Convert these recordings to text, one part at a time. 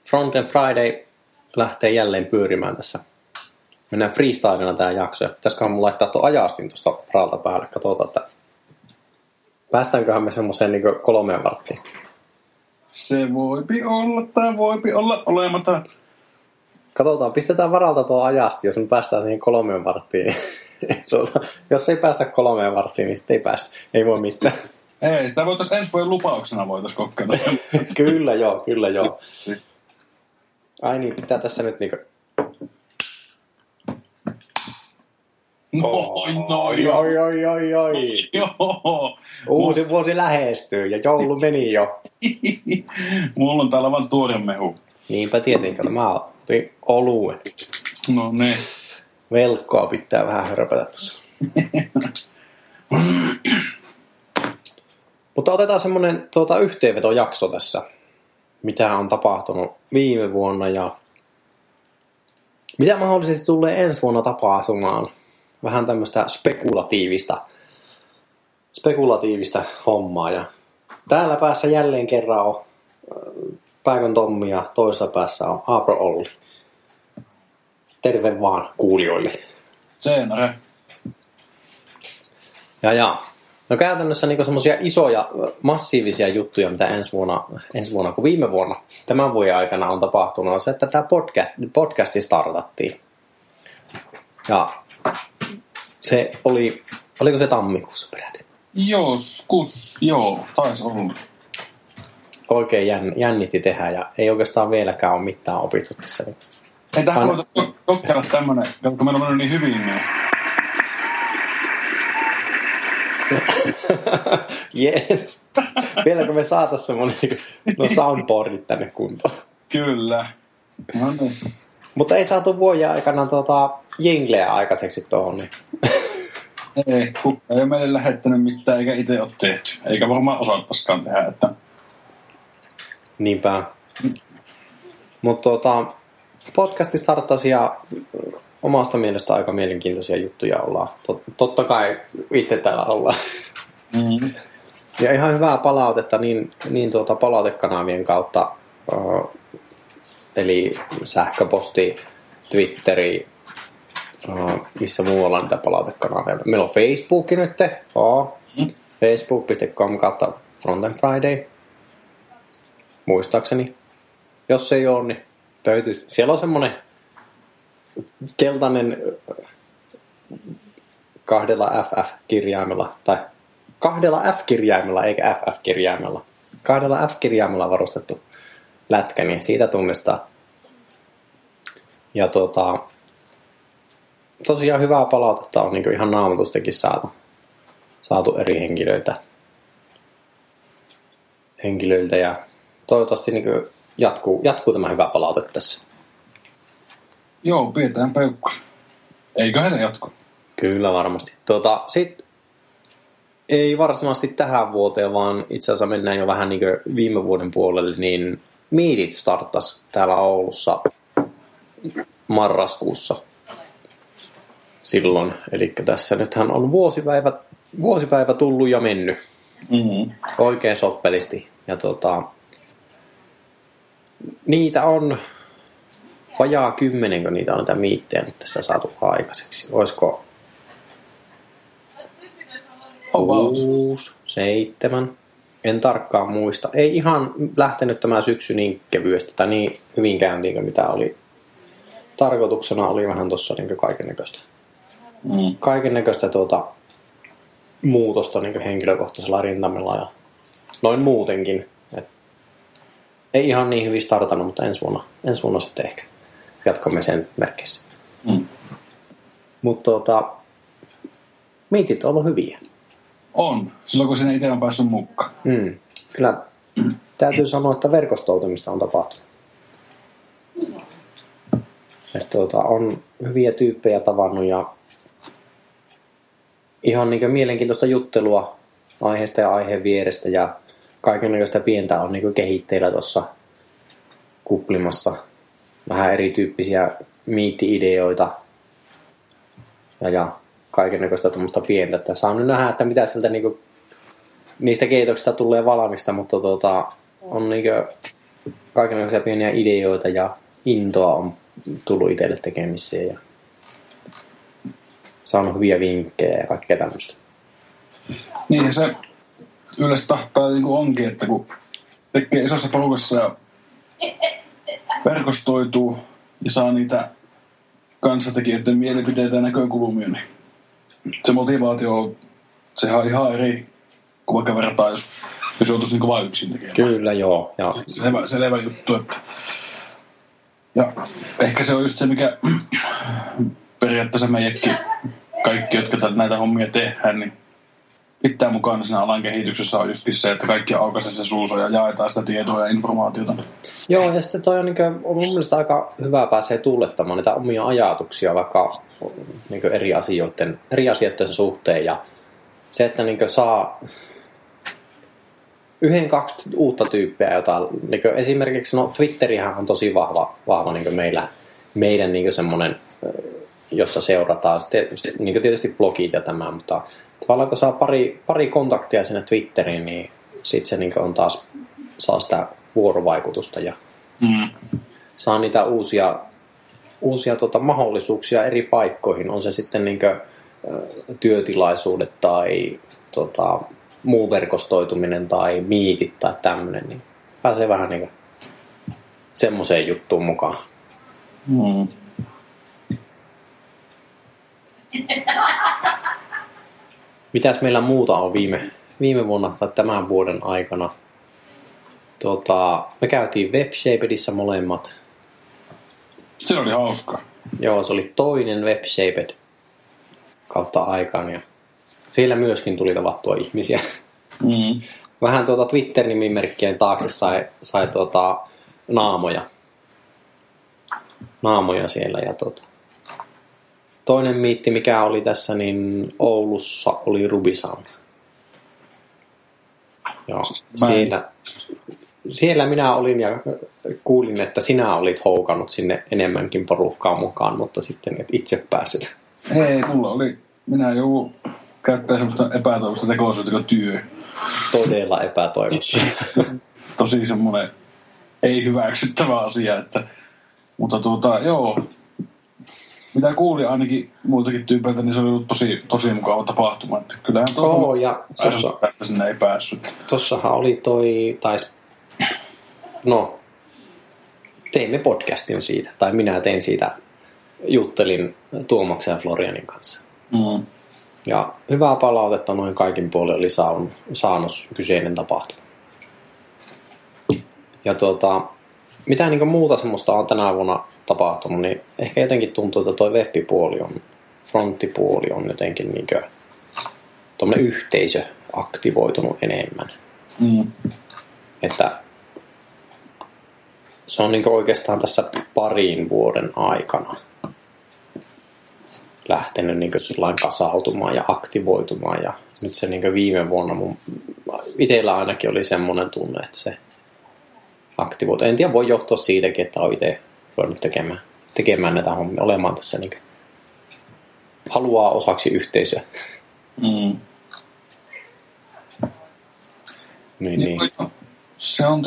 Front and Friday lähtee jälleen pyörimään tässä. Mennään freestylena tää jakso. Pitäisiköhän mun laittaa tuon ajastin tuosta raalta päälle. Katsotaan, että päästäänköhän me semmoiseen niin 3 varttiin. Se voipi olla tai voipi olla olematta. Katsotaan, pistetään varalta tuo ajasti, jos me päästään siihen 3 varttiin. Jos ei päästä 3 varttiin, niin sitten ei päästä. Ei voi mitään. Ei, sitä voitaisiin ensi vuoden lupauksena kokeilla. Kyllä joo. Ai niin, pitää tässä nyt niinku... Oi. Joo. Uusi vuosi lähestyy ja joulu meni jo. Mulla on täällä vaan tuore mehu. Niinpä tietenkin, mä otin oluen. No ne. Velkkoa pitää vähän hörpätä tuossa. Mutta otetaan semmonen yhteenvetojakso tässä. Mitä on tapahtunut viime vuonna ja mitä mahdollisesti tulee ensi vuonna tapahtumaan. Vähän tämmöistä spekulatiivista hommaa. Ja täällä päässä jälleen kerran on Päikön Tommi ja toisessa päässä on Aapro Olli. Terve vaan kuulijoille. Seenare. Ja. No käytännössä niin semmoisia isoja, massiivisia juttuja, mitä ensi vuonna kuin viime vuonna, tämän vuoden aikana on tapahtunut, on se, että tämä podcasti startattiin. Ja se oliko se tammikuussa peräti? Joo, taisi olla. Oikein jännitti tehdä ja ei oikeastaan vieläkään ole mitään opittu tässä. Ei tähän voitaisiin kokeilla tämmönen, kun meillä on mennyt niin hyvin, niin... Yes. Vieläkö me saatais semmonen soundboardit tänne kuntoon? Kyllä. No niin. Mutta ei saatu vuoden aikana jingleä aikaiseksi tuohon. Niin. Ei ole meille lähettänyt mitään eikä itse ole tehty. Eikä varmaan osattaisikaan tehdä. Että... Niinpä. Mutta podcasti starttasi ja omasta mielestä aika mielenkiintoisia juttuja ollaan. Totta kai itse täällä ollaan. Mm-hmm. Ja ihan hyvää palautetta niin palautekanavien kautta. Eli sähköposti, Twitteri, missä muualla niitä palautekanavia. Meillä on Facebook nyt. Facebook.com kautta Front and Friday. Muistaakseni. Jos ei ole, niin löytyy. Siellä on semmoinen keltainen 2 FF-kirjaimella, tai 2 F-kirjaimella eikä FF-kirjaimella. 2 F-kirjaimella varustettu lätkä, niin siitä tunnistaa. Ja tosiaan hyvää palautetta on niin ihan naamatustenkin saatu eri henkilöiltä ja toivottavasti niin jatkuu tämä hyvä palaute tässä. Joo, pidetään peukku. Eiköhän se jatku. Kyllä varmasti. Sitten ei varsinaisesti tähän vuoteen, vaan itse asiassa mennään jo vähän niin kuin viime vuoden puolelle, niin Meetit starttasi täällä Oulussa marraskuussa silloin. Eli tässä nythän on vuosipäivä tullut ja mennyt. Mm-hmm. Oikein soppelisti. Ja niitä on vajaa 10, kun niitä on näitä miittejä nyt tässä saatu aikaiseksi. Olisiko 6, 7? En tarkkaan muista. Ei ihan lähtenyt tämä syksy niin kevyesti tai niin hyvin käyntiin kuin mitä oli. Tarkoituksena oli vähän tuossa niin kaikennäköistä. Kaikennäköistä muutosta niin henkilökohtaisella rintamella ja noin muutenkin. Ei ihan niin hyvin startannut, mutta ensi vuonna sitten ehkä jatkamme sen merkeissä. Mutta miitit on ollut hyviä. On, silloin kun sinne itse on päässyt mukaan. Kyllä täytyy sanoa, että verkostoutumista on tapahtunut. On hyviä tyyppejä tavannut ja ihan niin mielenkiintoista juttelua aiheesta ja aiheen vierestä ja kaikenlaista pientä on niin kehitteillä tuossa kuplimassa. Vähän erityyppisiä miitti-ideoita ja kaikennäköistä tuommoista pientä. Että saa nyt nähdä, että mitä sieltä niistä keitoksista tulee valmista, mutta on kaikenlaisia pieniä ideoita ja intoa on tullut itselle tekemiseen ja saanut hyviä vinkkejä ja kaikkea tämmöistä. Niin se yleensä tahtaa niin kuin onkin, että kun tekee isossa porukassa ja verkostoituu ja saa niitä kanssatekijöiden mielipiteitä ja näkökulmia, niin se motivaatio, sehän on ihan eri kuin vaikka vertaa, jos joutuisi niin vain yksin tekemään. Kyllä, joo. Ja Selvä juttu. Että. Ja ehkä se on just se, mikä periaatteessa meidänkin kaikki, jotka näitä hommia tehdään, niin pitää mukana siinä alan kehityksessä on justkin se, että kaikki aukaisee se suuso ja jaetaan sitä tietoa ja informaatiota. Joo, ja sitten toi on, on mun mielestä aika hyvä pääsee tuulettamaan niitä omia ajatuksia vaikka eri asioiden suhteen. Ja se, että saa 1-2 uutta tyyppiä, jota esimerkiksi Twitterihän on tosi vahva meidän semmoinen, jossa seurataan tietysti blogit ja tämä, mutta tavallaan kun saa pari kontaktia sinne Twitteriin, niin sitten se on taas saa sitä vuorovaikutusta ja saa niitä uusia mahdollisuuksia eri paikkoihin. On se sitten työtilaisuudet tai muu verkostoituminen tai miitit tai tämmöinen, niin pääsee vähän semmoiseen juttuun mukaan. Mitäs meillä muuta on viime vuonna tai tämän vuoden aikana? Me käytiin Webshapedissa molemmat. Se oli hauska. Joo, se oli toinen Webshaped kautta aikaan ja siellä myöskin tuli tavattua ihmisiä. Vähän Twitter-nimimerkkien taakse sai naamoja siellä ja toinen miitti, mikä oli tässä, niin Oulussa oli Rubisauna. Joo, siellä minä olin ja kuulin, että sinä olit houkannut sinne enemmänkin porukkaa mukaan, mutta sitten et itse päässyt. Ei, minä joudun käyttää semmoista epätoivosta tekoisuutta kuin työ. Todella epätoivosta. Tosi semmoinen ei hyväksyttävä asia, mutta joo. Mitä kuulin ainakin muutakin tyypeiltä, niin se oli ollut tosi mukava tapahtuma. Että kyllähän tuossa sinne ei päässyt. Tossahan oli teimme podcastin siitä, tai minä tein siitä, juttelin Tuomaksen ja Florianin kanssa. Ja hyvää palautetta noin kaikin puolin oli saanut kyseinen tapahtuma. Ja mitä muuta semmoista on tänä vuonna tapahtunut, niin ehkä jotenkin tuntuu, että toi fronttipuoli on jotenkin tuommoinen yhteisö aktivoitunut enemmän. Että se on oikeastaan tässä parin vuoden aikana lähtenyt kasautumaan ja aktivoitumaan. Ja nyt se viime vuonna itsellä ainakin oli semmoinen tunne, että se aktivoitu. En tiedä, voi johtua siitäkin, että olen itse ruvennut tekemään näitä hommia, olemaan tässä haluaa osaksi yhteisöä. Niin. Se on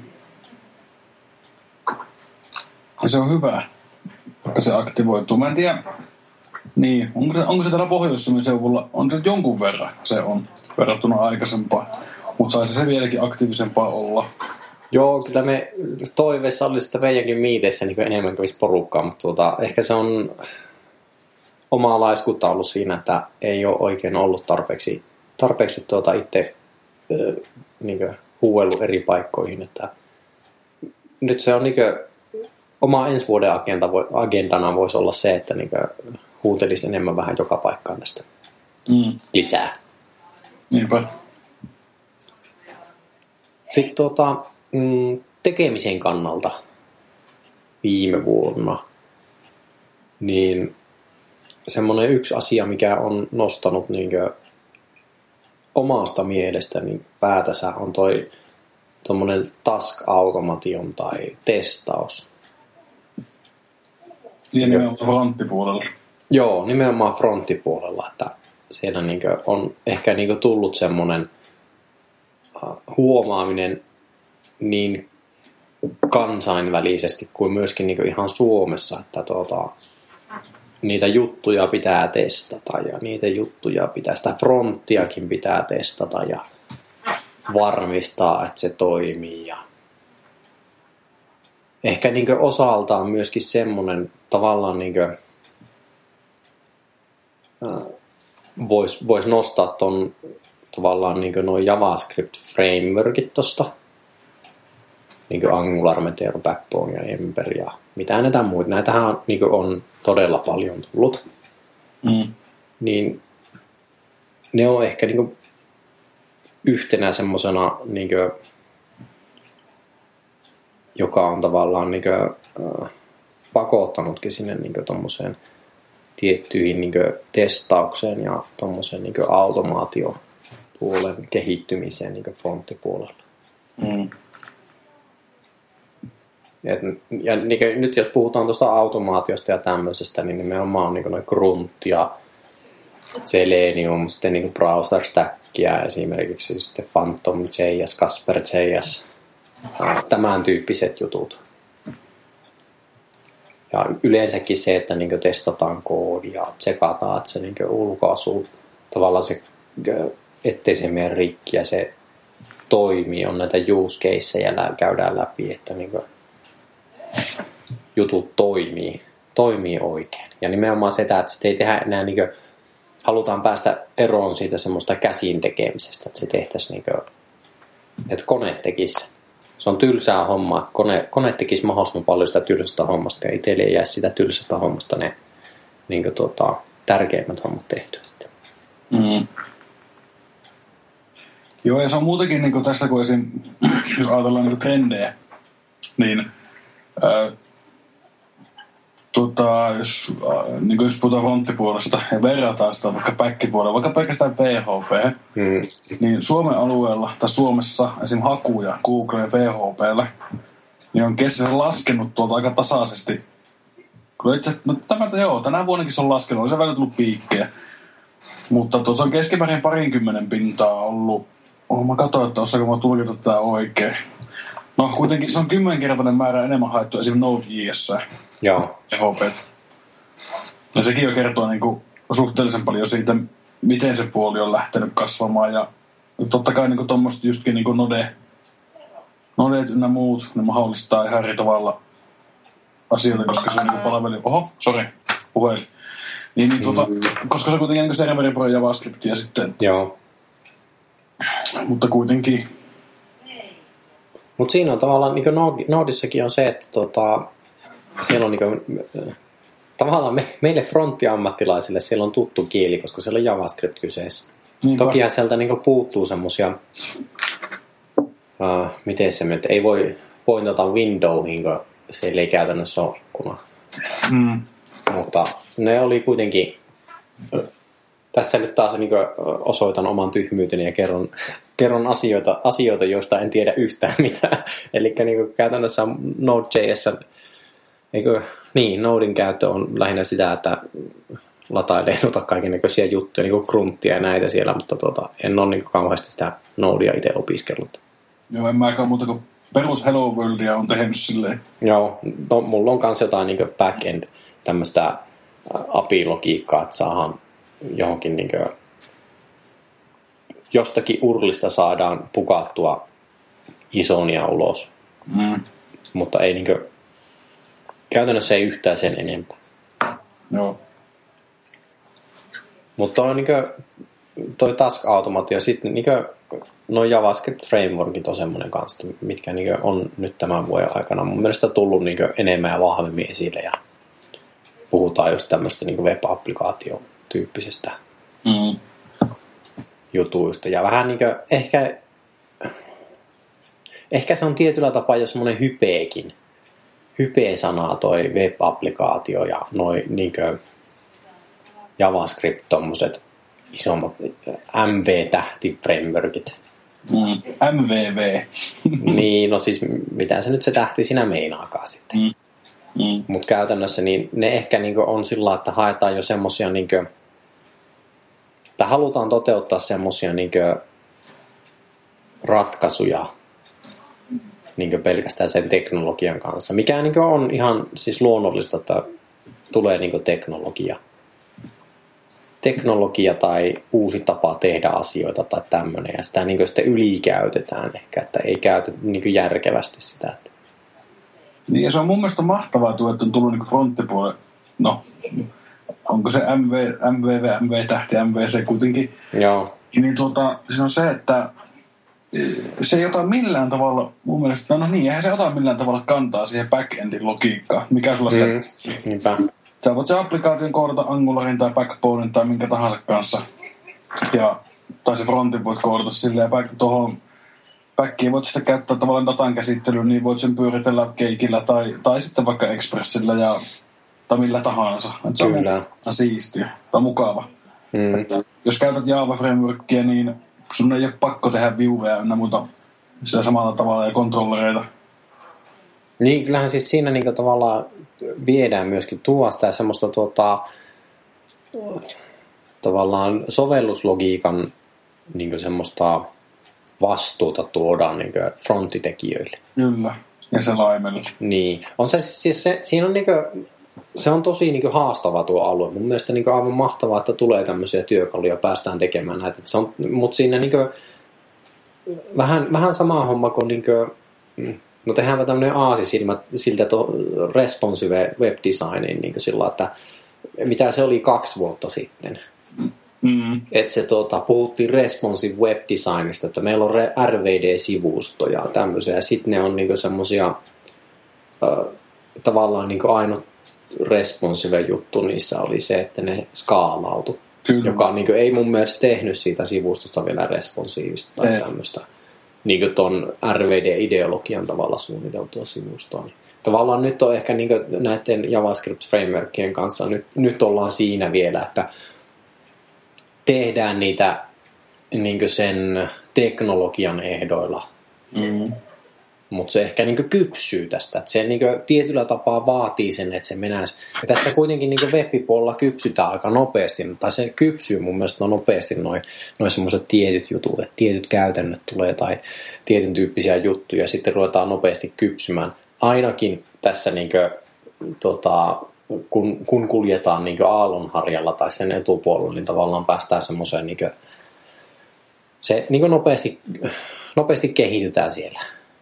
se on hyvä, että se aktivoituu. Mä en tiedä, niin, onko se täällä Pohjois-Suomen seudulla, on se jonkun verran se on verrattuna aikaisempaa, mutta saisi se vieläkin aktiivisempaa olla. Joo, kyllä me toiveessa oli sitä meidänkin miiteissä enemmän kävisi porukkaa, mutta ehkä se on omaa laiskuutta ollut siinä, että ei ole oikein ollut tarpeeksi itse huuellut eri paikkoihin. Että nyt se on oma ensi vuoden agendana voisi olla se, että huutelisi enemmän vähän joka paikkaan tästä lisää. Niinpä. Sitten tekemisen kannalta viime vuonna, niin semmoinen yksi asia, mikä on nostanut omasta mielestäni päätänsä on tuommoinen task-automation tai testaus. Ja nimenomaan fronttipuolella. Joo, nimenomaan fronttipuolella, että siellä on ehkä tullut semmoinen huomaaminen niin kansainvälisesti kuin myöskin niin kuin ihan Suomessa, että niitä juttuja pitää testata ja niitä juttuja pitää, sitä fronttiakin pitää testata ja varmistaa, että se toimii. Ja ehkä niin kuin osaltaan myöskin semmoinen tavallaan niin kuin, vois nostaa ton tavallaan niin kuin noin JavaScript-frameworkit tosta. Niin kuin Angular, Meteor, Backbone ja Ember ja mitä näitä muita. Näitähän niin on todella paljon tullut. Niin ne on ehkä niin kuin yhtenä semmosena, niin kuin, joka on tavallaan niin kuin, pakottanutkin sinne niin kuin tommoseen tiettyihin niin kuin testaukseen ja tommoseen niin kuin automaatiopuolen kehittymiseen niin kuin fronttipuolella. Ja niin, nyt jos puhutaan tuosta automaatiosta ja tämmöisestä, niin nimenomaan on niin noin Grunt ja Selenium, sitten niin Browser Stackia esimerkiksi, sitten Phantom.js, Casper.js, tämän tyyppiset jutut. Ja yleensäkin se, että niin testataan koodia, tsekataan, että se niin ulkoasu, tavallaan se, ettei se mene rikki ja se toimii, on näitä use caseja käydään läpi, että niin jutut toimii oikein. Ja nimenomaan sitä, että sitä ei tehdä enää niin kuin, halutaan päästä eroon siitä semmoista käsin tekemisestä, että se tehtäisiin niin kuin, että kone tekisi. Se on tylsää hommaa. Kone tekisi mahdollisimman paljon sitä tylsästä hommasta ja itselle ei jää sitä tylsästä hommasta ne niin kuin, tärkeimmät hommat tehtyä. Joo, ja se on muutenkin niin kuin tässä, kun esim. Jos ajatellaan niin trendejä, niin jos puhutaan fronttipuolesta ja verrataan sitä vaikka back-puolella, vaikka pelkästään PHP, niin Suomen alueella tai Suomessa esim. Hakuja Google ja PHP:llä, niin on keskensä laskenut tuolta aika tasaisesti. Tänä vuonnakin se on laskenut, on se välillä tullut piikkejä. Mutta se on keskimäärin 20 pintaa ollut. Mä katsoin, että osaako mä tulkita tätä oikein. No kuitenkin se on 10-kertainen määrä enemmän haettu esim. Node.js ja PHP. Ja sekin jo kertoo niin kuin suhteellisen paljon siitä, miten se puoli on lähtenyt kasvamaan. Ja totta kai niin tuommoista justkin niin Nodet ynnä muut, ne mahdollistaa ihan eri tavalla asioita, koska se on niin palvelu. Puhelin. Koska se on kuitenkin niin serveri pro JavaScriptia sitten. Joo. Mutta kuitenkin. Mutta siinä on tavallaan, niin kuin Nodissakin on se, että siellä on niin kuin, tavallaan meille fronttiammattilaisille siellä on tuttu kieli, koska siellä on JavaScript kyseessä. Tokihan sieltä niin kuin puuttuu semmosia, miten se nyt, ei voi pointata windowhin, kun siellä ei käytännössä ole ikkuna. Mutta ne oli kuitenkin, tässä nyt taas niin kuin osoitan oman tyhmyyteni ja kerron asioita, joista en tiedä yhtään mitään. Eli niin käytännössä Node.js, Noden käyttö on lähinnä sitä, että latailee kaikennäköisiä juttuja, niin kuin Gruntia ja näitä siellä, mutta en ole niin kauheasti sitä Nodea itse opiskellut. Joo, en mäkään muuta kuin perus Hello Worldia on tehnyt silleen. Joo, no, mulla on myös jotain niin back-end tämmöistä API-logiikkaa, että saadaan johonkin niin kuin, jostakin urlista saadaan pukattua isonia ulos. Mutta ei niin kuin, käytännössä ei yhtään sen enempää. Joo. Mutta toi task-automaatio, sitten niin nuo JavaScript-frameworkit on semmoinen kanssa, mitkä niin on nyt tämän vuoden aikana mun mielestä tullut niin enemmän ja vahvemmin esille ja puhutaan just tämmöistä niin web-applikaatio-tyyppisestä jutuista. Ja vähän niin ehkä se on tietyllä tapaa jo semmoinen hypeekin. Hype-sanaa toi web-applikaatio ja noi niin JavaScript, tommoset isommat MV-tähti-frameworkit. MVV. Niin, no siis mitä se nyt se tähti sinä meinaakaan sitten. Mutta käytännössä niin ne ehkä niin on sillä, että haetaan jo semmosia niin tai halutaan toteuttaa semmosia niin ratkaisuja, niin pelkästään sen teknologian kanssa. Mikä niin on ihan siis luonnollista, että tulee niin teknologia tai uusi tapa tehdä asioita tai tämmöinen, ja sitä niin sitten ylikäytetään ehkä, että ei käytetä niin järkevästi sitä. Niin, ja se on mun mielestä mahtavaa tuo, että on tullut niin fronttipuolelle, no, onko se MV-tähti, MVC kuitenkin. Joo. Niin se on se, että se ei ota millään tavalla, mun mielestä, no niin, eihän se ota millään tavalla kantaa siihen back-endin logiikkaan, mikä sulla Niinpä. Sä voit se applikaation koodata Angularin tai Backbonein tai minkä tahansa kanssa. Tai se frontin voit koodata silleen. Tuohon backiin voit sitä käyttää tavallaan datan käsittelyyn, niin voit sen pyöritellä keikillä tai sitten vaikka Expressillä tai millä tahansa. Et se Kyllä. on siistiä tai mukava. Jos käytät Java-frameworkia, niin sun ei ole pakko tehdä viewejä ynnä muuta sillä samalla tavalla ja kontrollereita. Niin, kyllähän siis siinä niinku tavallaan viedään myöskin tuosta ja semmoista tavallaan sovelluslogiikan niinku semmoista vastuuta tuodaan niinku fronttitekijöille. Kyllä, ja selaimelle. Niin. On se siis siinä on niinku, se on tosi niinku haastava tuo alue. Mun mielestä niinku aivan mahtavaa, että tulee tämmöisiä työkaluja, päästään tekemään näitä. Mutta siinä niinku vähän sama homma kuin niinku, no tehdäänpä tämmöinen aasisilmä siltä responsive web designiin niin sillä, että mitä se oli 2 vuotta sitten. Että se puhuttiin responsive web designista, että meillä on RVD-sivustoja ja tämmöisiä. Ja sitten ne on niinku semmosia tavallaan niinku ainut responsive juttu niissä oli se, että ne skaalautui. Kyllä. Joka niinku ei mun mielestä tehnyt siitä sivustosta vielä responsiivista tai tämmöistä. Niin kuin ton RVD-ideologian tavalla suunniteltua sivustoa. Niin tavallaan nyt on ehkä niin näiden JavaScript-frameworkien kanssa, nyt ollaan siinä vielä, että tehdään niitä niin sen teknologian ehdoilla. Mutta se ehkä niin kypsyy tästä. Että se niin tietyllä tapaa vaatii sen, että se menäisi. Ja tässä kuitenkin niin web-puolella kypsytään aika nopeasti. Tai se kypsyy mun mielestä nopeasti noin semmoiset tietyt jutut. Että tietyt käytännöt tulee tai tietyn tyyppisiä juttuja. Ja sitten ruvetaan nopeasti kypsymään. Ainakin tässä niin kuin, kun kuljetaan niin aallonharjalla tai sen etupuolella, niin tavallaan päästään semmoiseen se niin nopeasti kehitytään siellä.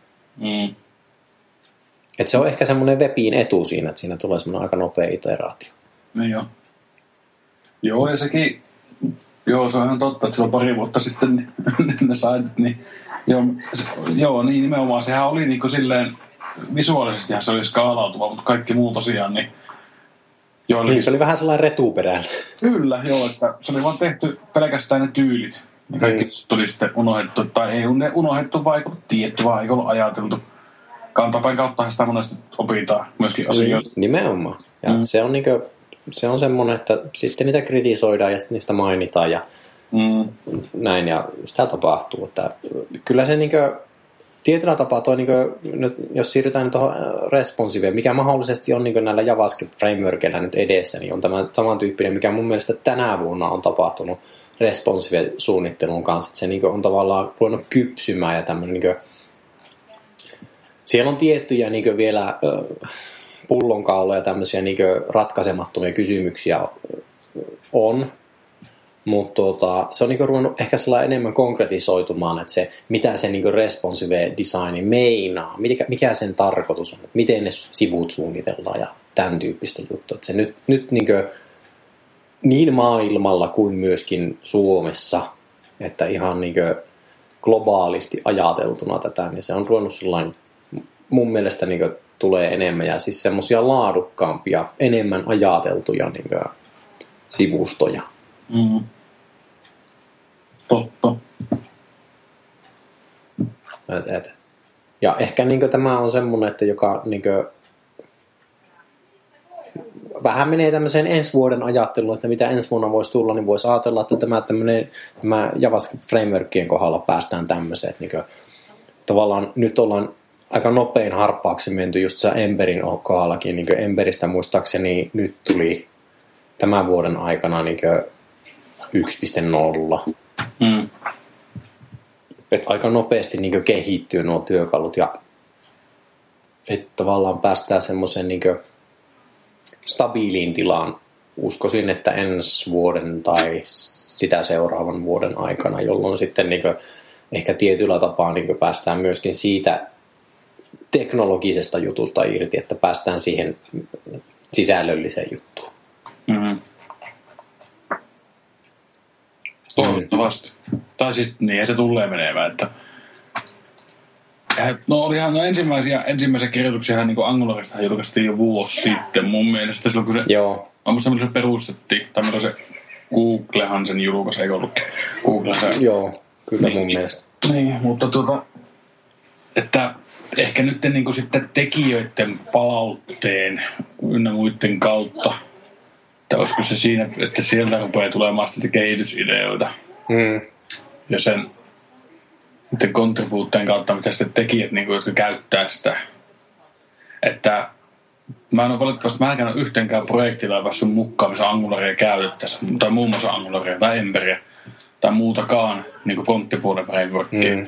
Että se on ehkä semmoinen webin etu siinä, että siinä tulee semmoinen aika nopea iteraatio. No joo. Joo, ja sekin, se on ihan totta, että silloin 2 vuotta sitten ne saitit, niin niin nimenomaan sehän oli niinku silleen, visuaalisestihan se oli skaalautuva, mutta kaikki muu tosiaan, niin niin, se oli vähän sellainen retuperäinen. Kyllä, joo, että se oli vaan tehty pelkästään ne tyylit. Ja kaikki tuli sitten unohdettu, tai ei unohdettu tietty, vaan ei ollut ajateltu. Kantapäin kauttahan sitä monesti opitaan myöskin asioita. Nimenomaan. Ja se on semmoinen, että sitten niitä kritisoidaan ja sitten niistä mainitaan ja näin, ja sitä tapahtuu. Että kyllä se tietyllä tapaa toi, nyt, jos siirrytään tuohon responsiveen, mikä mahdollisesti on näillä JavaScript-frameworkeilla nyt edessä, niin on tämä samantyyppinen, mikä mun mielestä tänä vuonna on tapahtunut responsive-suunnittelun kanssa, että se on tavallaan ruvennut kypsymään ja tämmöinen, siellä on tiettyjä vielä pullonkauloja ja tämmöisiä ratkaisemattomia kysymyksiä on, mutta se on ruvennut ehkä sellainen enemmän konkretisoitumaan, että se, mitä se responsive design meinaa, mikä sen tarkoitus on, että miten ne sivut suunnitellaan ja tämän tyyppistä juttua. Että se nyt niin maailmalla kuin myöskin Suomessa, että ihan globaalisti ajateltuna tätä, niin se on ruvennut sellainen, mun mielestä tulee enemmän ja siis semmoisia laadukkaampia, enemmän ajateltuja sivustoja. Totta. Ja ehkä tämä on semmoinen, että joka vähän menee tämmöiseen ensi vuoden ajatteluun, että mitä ensi vuonna voisi tulla, niin voisi ajatella, että tämä JavaScript-frameworkien kohdalla päästään tämmöiseen, että tavallaan nyt ollaan aika nopein harppaaksi menty just se Emberin kohdallakin, Emberistä muistaakseni nyt tuli tämän vuoden aikana 1.0. Että aika nopeasti kehittyy nuo työkalut ja että tavallaan päästään semmoisen niin stabiiliin tilaan. Uskoisin, että ensi vuoden tai sitä seuraavan vuoden aikana, jolloin sitten niin ehkä tietyllä tapaa niin päästään myöskin siitä teknologisesta jutusta irti, että päästään siihen sisällölliseen juttuun. Mm-hmm. Toivottavasti. Tai siis niin se tulee menemään, että no olihan ensimmäisiä kirjoituksia niin Angularista julkaistiin jo vuosi sitten mun mielestä silloin kun se milloin se perustettiin tai milloin se Googlehan sen julkaisi, eikö ollutkin? Joo, kyllä mun mielestä. Niin, mutta että ehkä nyt niin kuin sitten tekijöiden palautteen ynnä muiden kautta, että olisiko se siinä, että sieltä rupeaa tulemaan sitten kehitysideoita. Ja sen kontribuutteen kautta, mitä sitten tekijät, niin kuin, jotka käyttää sitä. Että mä en ole valitettavasti, mä en ole yhteenkään projektilla päässyt mukaan, missä Angularia käytettäisiin, tai muun muassa Angularia tai Emberiä, tai muutakaan niin kuin fronttipuolen frameworkia.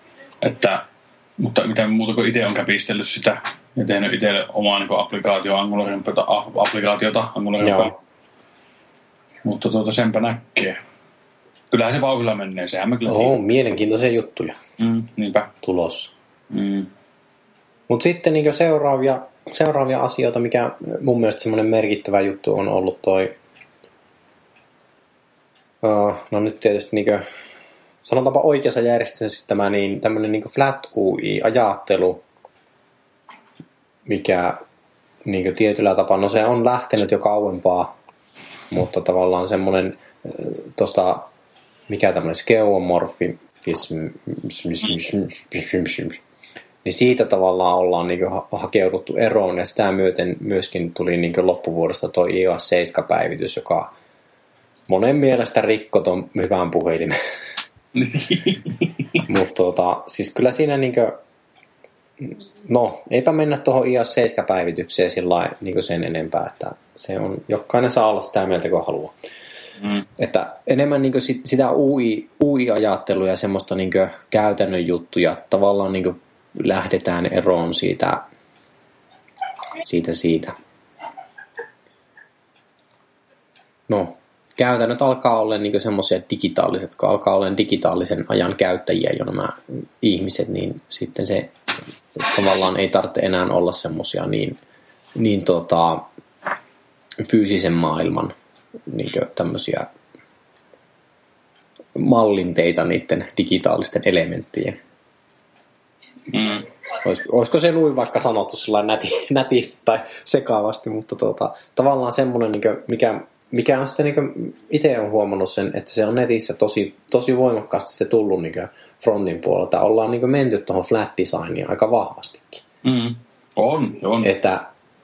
Mutta mitä muuta kuin itse on käpistellyt sitä ja tehnyt itselle omaa niin applikaatiota Angularin. Mutta senpä näkee. Kyllähän se vauhdilla menee, sehän mä kyllä tiedän. Mielenkiintoisia juttuja niinpä. Tulossa. Mutta sitten niin seuraavia asioita, mikä mun mielestä semmoinen merkittävä juttu on ollut toi, no nyt tietysti niin sanotaanpa oikeassa järjestelmässä tämmöinen niin Flat UI-ajattelu, mikä niin tietyllä tapaa, no se on lähtenyt jo kauempaa, mutta tavallaan semmoinen tuosta, mikä tämmöinen skeuomorfismi, niin siitä tavallaan ollaan niin hakeuduttu eroon, ja sitä myöten myöskin tuli niin loppuvuodesta tuo iOS 7-päivitys, joka monen mielestä rikkoi ton hyvän puhelimen. Mutta siis kyllä siinä no eipä mennä tuohon iOS 7-päivitykseen sillä sen enempää, että se on, jokainen saa olla sitä mieltä kun haluaa. Että enemmän sitä UI-ajattelua ja semmoista käytännön juttuja, tavallaan lähdetään eroon siitä. No, käytännöt alkaa olla semmoisia digitaaliset, kun alkaa olla digitaalisen ajan käyttäjiä jo nämä ihmiset, niin sitten se tavallaan ei tarvitse enää olla semmoisia niin fyysisen maailman tämmöisiä mallinteita niiden digitaalisten elementtien. Olisiko se luin vaikka sanottu nätisti tai sekaavasti, mutta tavallaan semmoinen, mikä on sitten itse on huomannut sen, että se on netissä tosi voimakkaasti se tullut frontin puolelta. Ollaan menty tuohon flat designiin aika vahvastikin. On. Että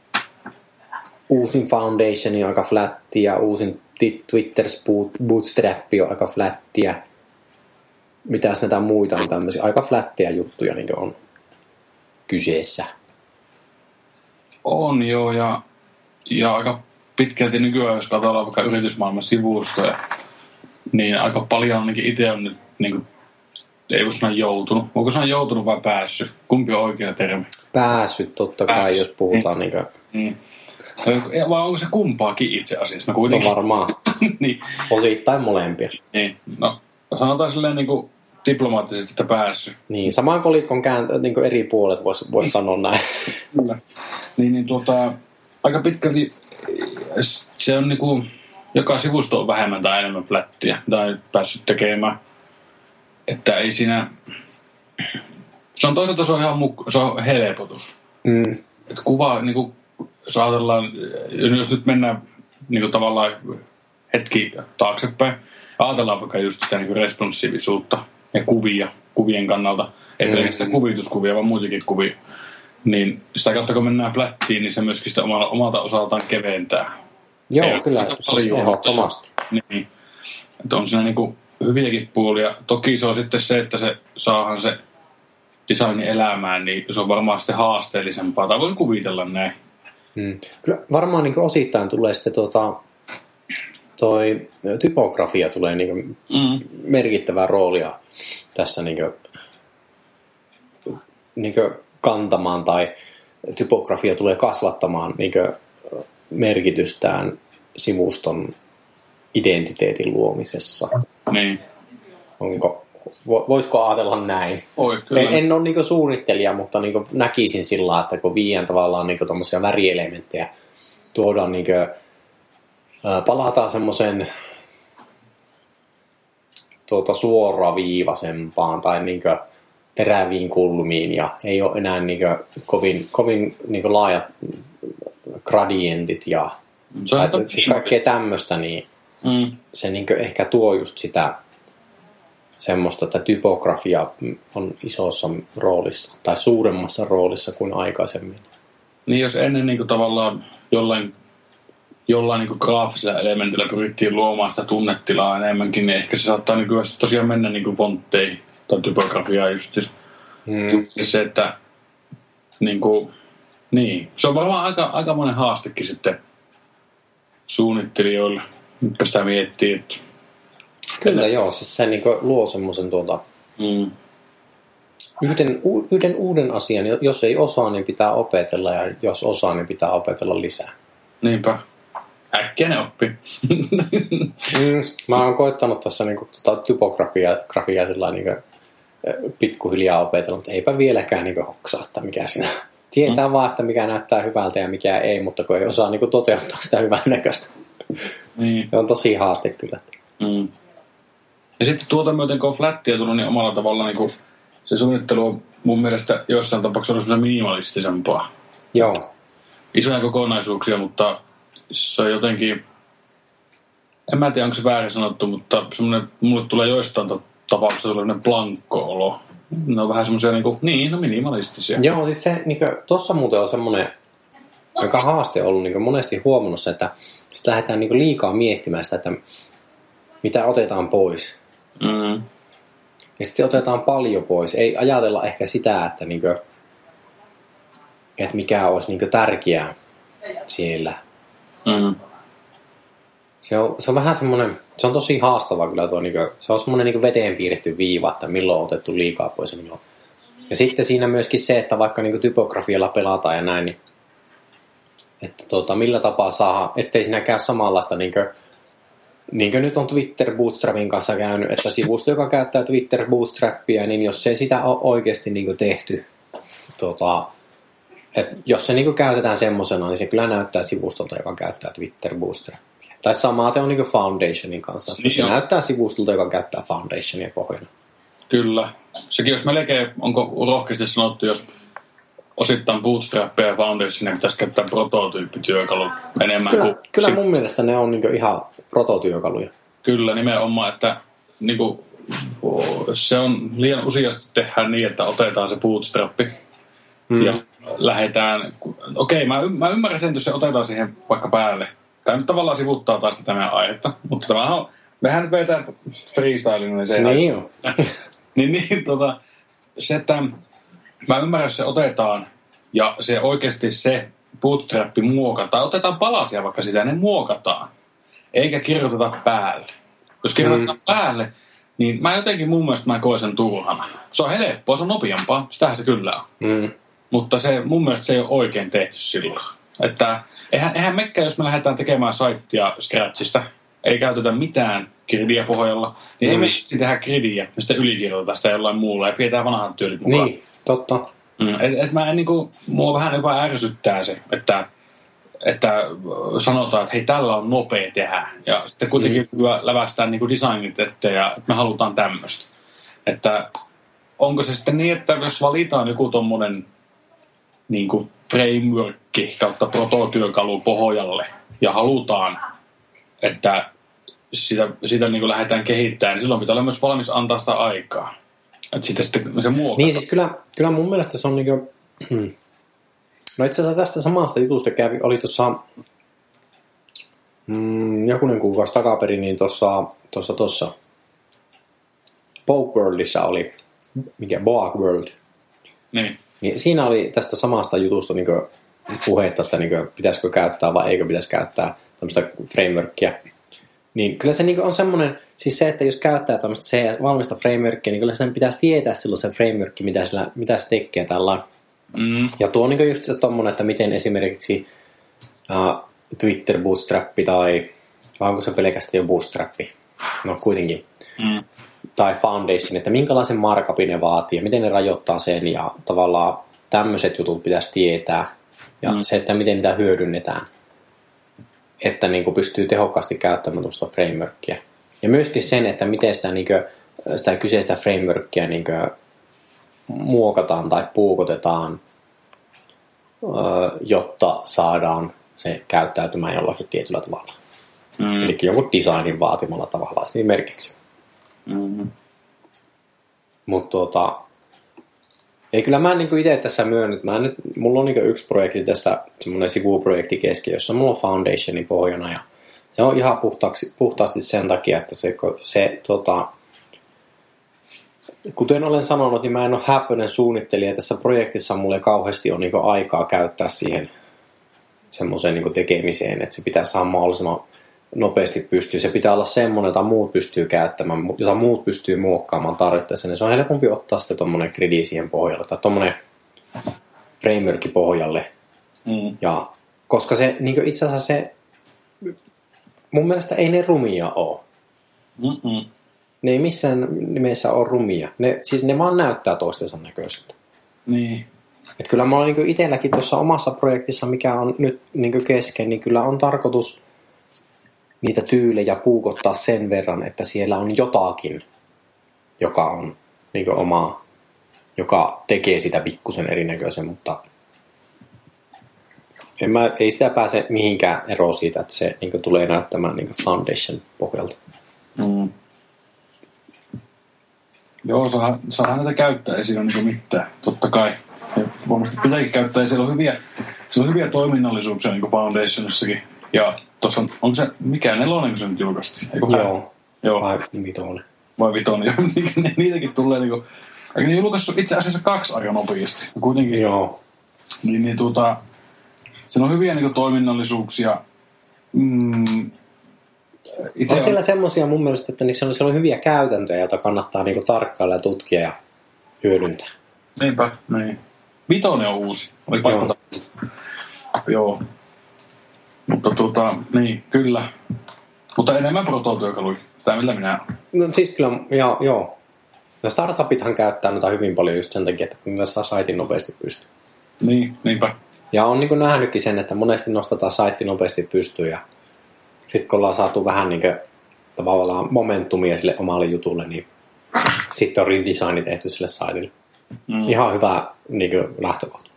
uusin Foundation on aika flatti ja uusin Twitter Bootstrap on aika flattia. Mitäs näitä muita on tämmöisiä aika flatteja juttuja on kyseessä. On joo, ja aika pitkälti nykyään, jos katsotaan vaikka yritysmaailman sivustoja, niin aika paljon ainakin itse on nyt, ei voi sanoa joutunut. Onko sanoa joutunut vai päässyt? Kumpi on oikea termi? Päässyt, totta kai, jos puhutaan niin. Vai onko se kumpaakin itse asiassa? No varmaan. Niin. Osittain molempia. Niin. No, sanotaan silleen diplomaattisesti, että päässyt. Niin, samaan kolikon eri puolet vois sanoa näin. Kyllä. Aika pitkälti se on joka sivusto on vähemmän tai enemmän flättiä tai päässyt tekemään. Että ei siinä, se on toisaalta se on ihan se on helpotus. Että kuva, jos ajatellaan, jos nyt mennään tavallaan hetki taaksepäin, ajatellaan vaikka just sitä responsiivisuutta ja kuvien kannalta, ei pelkästään kuvituskuvia, vaan muitakin kuvia. Niin sitä kautta, kun mennään flättiin, niin se myöskin sitä omalta osaltaan keventää. Joo, kyllä. Ehdottomasti. Niin. Että on siinä hyviäkin puolia. Toki se on sitten se, että se saadaan se designi elämään, niin se on varmaan sitten haasteellisempaa. Tai voin kuvitella näin. Kyllä varmaan osittain tulee sitten toi typografia tulee merkittävää roolia tässä kantamaan tai typografia tulee kasvattamaan niin kuin merkitystään sivuston identiteetin luomisessa. Niin. Voisiko ajatella näin? En ole niin suunnittelija, mutta niin näkisin sillä, että kun viien tavallaan niin tuommoisia värielementtejä tuodaan, niin palataan semmoisen suoraviivaisempaan tai niin teräviin kulmiin ja ei ole enää niin kovin niin laajat gradientit ja siis kaikkea tämmöistä, niin se niin ehkä tuo just sitä semmoista, että typografia on isossa roolissa tai suuremmassa roolissa kuin aikaisemmin. Niin jos ennen niin tavallaan jollain niin graafisella elementillä pyrittiin luomaan sitä tunnetilaa enemmänkin, niin ehkä se saattaa niin tosiaan mennä niin fontteihin tai typografiaan justiin. Se, että niin, se on varmaan aika monen haastekin sitten suunnittelijoille, jotka sitä miettii. Että kyllä joo, siis se niin luo semmoisen yhden uuden asian. Jos ei osaa, niin pitää opetella, ja jos osaa, niin pitää opetella lisää. Niinpä. Äkkiä ne oppii. Mä oon koittanut tässä typografiaa sillä pikkuhiljaa opetella, mutta eipä vieläkään hoksaa, että mikä siinä. Tietää vaan, että mikä näyttää hyvältä ja mikä ei, mutta kun ei osaa toteuttaa sitä hyvän näköistä. Niin. Se on tosi haaste kyllä. Ja sitten tuota myöten, kun on flättiä tullut, niin omalla tavalla se suunnittelu on mun mielestä jossain tapauksessa ollut semmoinen minimalistisempaa. Joo. Isoja kokonaisuuksia, mutta se on jotenkin, en mä tiedä onko se väärin sanottu, mutta mulle tulee joistain tapauksessa sellainen blankko-olo. Ne on vähän semmoisia minimalistisia. Joo, siis se, tossa muuten on semmoinen aika haaste ollut monesti huomannut se, että sitten lähdetään liikaa miettimään sitä, että mitä otetaan pois. Ja sitten otetaan paljon pois. Ei ajatella ehkä sitä, että mikä olisi tärkeää siellä. Se on vähän semmoinen, se on tosi haastava kyllä tuo, se on semmoinen veteen piirretty viiva, että milloin on otettu liikaa pois ja milloin. Ja sitten siinä myöskin se, että vaikka typografialla pelataan ja näin, niin että millä tapaa saa, ettei siinä käy samanlaista niin kuin nyt on Twitter Bootstrapin kanssa käynyt, että sivusto, joka käyttää Twitter Bootstrapia, niin jos ei sitä ole oikeasti tehty, että jos se käytetään semmosena, niin se kyllä näyttää sivustolta, joka käyttää Twitter Bootstrapia. Tai samaten on Foundationin kanssa, että se näyttää sivustolta, joka käyttää Foundationia pohjana. Kyllä. Sekin jos melkein, onko rohkeasti sanottu, jos osittain Bootstrapia ja Foundationia pitäisi käyttää prototyyppityökalu enemmän kuin... Kyllä mun mielestä ne on ihan prototyökaluja. Kyllä, nimenomaan, että se on liian useasti tehdään niin, että otetaan se Bootstrappi ja lähdetään... Okei, mä ymmärrän sen, jos se otetaan siihen vaikka päälle. Tämä nyt tavallaan sivuttaa taas tämä aihetta, mutta tämä on... Mehän nyt vetää freestylina, niin se niin on. Se, että mä ymmärrän, jos se otetaan ja se oikeasti se bootstrappi muokataan, otetaan palasia vaikka sitä, ne muokataan, eikä kirjoiteta päälle. Jos kirjoitetaan päälle, niin mä jotenkin mun mielestä mä koen sen turhana. Se on helppoa, se on nopeampaa, sitähän se kyllä on. Mutta se, mun mielestä se ei ole oikein tehty silloin. Että eihän mekään, jos me lähdetään tekemään saittia Scratchista, ei käytetä mitään gridiä pohjalla, niin ei me tehdä gridiä, me sitten ylikirjoitetaan sitä jollain muulla ja pidetään vanhan tyylit mukaan. Niin, totta. Mä mua vähän jopa ärsyttää se, että sanotaan, että hei, tällä on nopea tehdä. Ja sitten kuitenkin lävästään designit eteen ja me halutaan tämmöistä. Että onko se sitten niin, että jos valitaan joku tommonen frameworkki kautta prototyökalu pohjalle ja halutaan, että sitä lähdetään kehittämään, niin silloin pitää olla myös valmis antaa sitä aikaa. Että sitten se muokata. Niin siis kyllä mun mielestä se on no itse asiassa tästä samasta jutusta oli tuossa jokunen kuukausi takaperin, niin tuossa Boak Worldissa oli, Boak World. Niin siinä oli tästä samasta jutusta puhetta, että pitäisikö käyttää vai eikö pitäisi käyttää tämmöistä frameworkia. Niin kyllä se on semmoinen, siis se, että jos käyttää tämmöistä valmista frameworkia, niin kyllä sen pitäisi tietää silloin se framework, mitä se tekee tällä. Ja tuo on niin just se tommonen, että miten esimerkiksi Twitter Bootstrappi tai vai onko se pelkästään jo Bootstrappi? No kuitenkin. Tai Foundation, että minkälaisen markupin ne vaatii ja miten ne rajoittaa sen ja tavallaan tämmöiset jutut pitäisi tietää ja se, että miten niitä hyödynnetään, että niin kuin pystyy tehokkaasti käyttämään tuosta frameworkia. Ja myöskin sen, että miten sitä kyseistä frameworkia niin muokataan tai puukotetaan, jotta saadaan se käyttäytymään jollakin tietyllä tavalla. Eli jonkun designin vaatimalla tavalla esimerkiksi. Mutta ei kyllä mä niin itse tässä myönnyt. Mulla on niin yksi projekti tässä, semmoinen sivuprojekti kesken, jossa mulla on Foundationin pohjana. Ja se on ihan puhtaasti sen takia, että kuten olen sanonut, niin mä en ole häppöinen suunnittelija. Tässä projektissa mulla ei kauheasti ole niin aikaa käyttää siihen semmoiseen niin tekemiseen, että se pitää saada mahdollisimman nopeasti pystyy. Se pitää olla semmoinen, jota muut pystyy käyttämään, jota muut pystyy muokkaamaan tarvittaessa. Niin se on helpompi ottaa sitten tuommoinen gridi siihen pohjalle tai tuommoinen frameworkin pohjalle. Ja koska se niin itse asiassa se mun mielestä ei ne rumia ole. Ne ei missään nimessä ole rumia. Ne vaan näyttää toistensa näköiseltä. Niin. Et kyllä mulla niin itselläkin tuossa omassa projektissa, mikä on nyt niin kesken, niin kyllä on tarkoitus niitä tyylejä puukottaa sen verran, että siellä on jotakin, joka on niin omaa, joka tekee sitä pikkusen erinäköisen, mutta ei sitä pääse mihinkään eroon siitä, että se niin tulee näyttämään niin Foundation pohjalta. Joo, saadaan näitä käyttää, ei siinä ole niin mitään, totta kai. Ja varmasti pitääkin käyttää, ja siellä on hyviä toiminnallisuuksia niin Foundationissakin. Ja tuossa onko se, mikä 4, kun se nyt julkaistiin? Joo. Vai 5. Vai 5, joo. Niitäkin tulee niinku, eikö ne julkaissut itse asiassa 2 aika nopeasti? Kuitenkin. Joo. Siinä on hyviä niinku toiminnallisuuksia. On siellä semmoisia mun mielestä, että siellä on hyviä käytäntöjä, joita kannattaa niinku tarkkailla ja tutkia ja hyödyntää. Niinpä, niin. 5 on uusi. Oli pakko Joo. Mutta niin, kyllä. Mutta enemmän prototyökaluja. Sitä millä minä... No siis kyllä, joo. Ja startupithan käyttää noita hyvin paljon just sen takia, että kun niillä saa saitin nopeasti pystyyn. Niin, niinpä. Ja on niin kuin nähnytkin sen, että monesti nostetaan saitti nopeasti pystyyn ja sitten kun ollaan saatu vähän niin kuin tavallaan momentumia sille omalle jutulle, niin sitten on redesigni tehty sille saitille. Ihan hyvä niin kuin lähtökohta.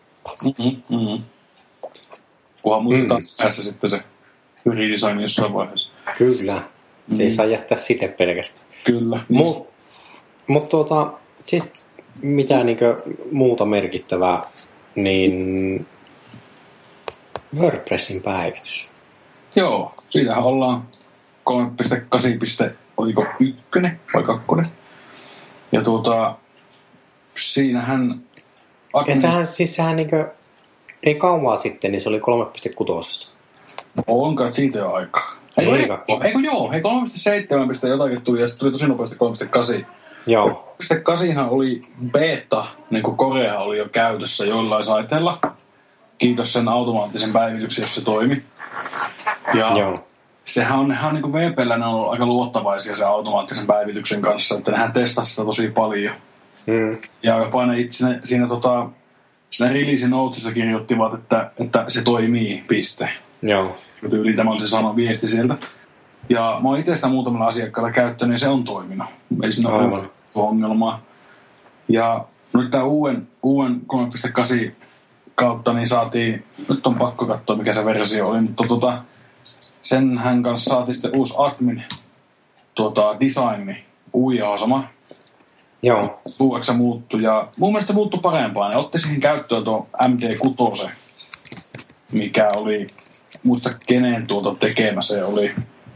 Kunhan muistetaan päässä sitten se redesign jossain vaiheessa. Kyllä. Ei saa jättää sitä pelkästään. Kyllä. Mutta sitten mitä niin kuin muuta merkittävää, niin WordPressin päivitys. Joo, siitähän ollaan 3.8. oliko 1 vai 2. Ja siinähän... Sehän niinkö, ei kauan sitten, niin se oli 3.6. Onko, että siitä jo aikaa? Eikö joo, 3.7 jotakin tuli ja sitten tuli tosi nopeasti 3.8. Joo. 3.8 oli beta, niin kuin Korea oli jo käytössä joillain saiteilla. Kiitos sen automaattisen päivityksen, jos se toimi. Ja joo. Sehän on niin kuin VP:llä ne on ollut aika luottavaisia sen automaattisen päivityksen kanssa, että nehän testasi sitä tosi paljon. Ja jopa ne itse siinä release notesissa kirjoittivat, että se toimii, piste. Joo. Tyyliin tämä oli se sama viesti sieltä. Ja mä oon itse sitä muutamalla asiakkaalla käyttänyt ja se on toiminut. Ei siinä ole ongelmaa. Ja nyt tämän uuden 3.8 kautta niin saatiin, nyt on pakko katsoa mikä se versio oli, mutta senhän kanssa saatiin sitten uusi admin designi, sama. Joo. UX muuttui ja mun mielestä se muuttui parempaan. Ne otti siihen käyttöön tuon MD6, mikä oli, muista kenen tekemä se oli.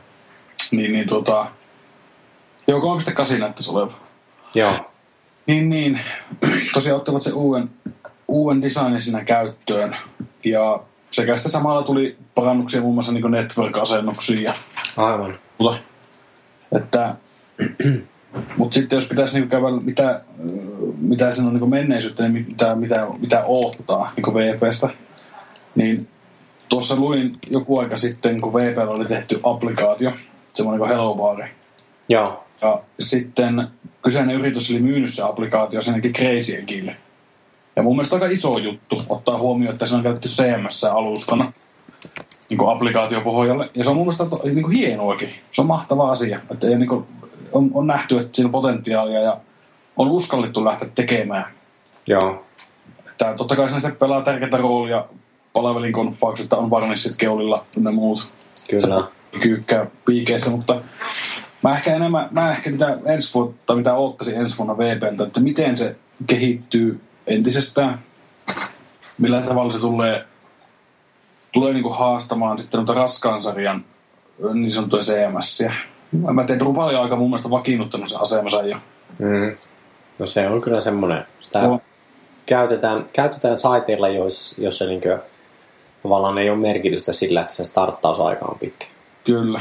Joo, 3.8 näyttäisi oleva. Joo. Niin, tosiaan ottivat sen uuden designin siinä käyttöön. Ja sekä sitä samalla tuli parannuksia muun muassa niin network-asennuksiin. Aivan. Että Mutta sitten jos pitäisi niinku käydä, mitä siinä on niinku menneisyyttä, niin mitä odottaa niinku VPstä, niin tuossa luin joku aika sitten, kun VP:llä oli tehty applikaatio, semmoinen kuin Hello Bar. Joo. Ja sitten kyseinen yritys oli myynyt se applikaatio senkin Crazy Eggille. Ja mun mielestä aika iso juttu ottaa huomioon, että se on käytetty CMS-alustana niin kuin applikaatiopohjalle. Ja se on mun mielestä niin kuin hienoakin. Se on mahtava asia. Että niin kuin on nähty, että siinä on potentiaalia ja on uskallittu lähteä tekemään. Joo. Että totta kai se pelaa tärkeää roolia palvelin konfaukset, että on varnissit keulilla ja muut. Kyllä. Kyykkää piikeissä, mutta mä ehkä mitä oottaisin ensi vuonna VP:ltä, että miten se kehittyy entisestään, millä tavalla se tulee niinku haastamaan sitten noita raskaan sarjan niin sanottuja CMS-iä. Mä tein paljon aika mun mielestä vakiinnuttanut sen asemansa jo. No se on kyllä semmoinen, sitä käytetään saiteilla, joissa niinku tavallaan ei ole merkitystä sillä, että se starttausaika on pitkä. Kyllä.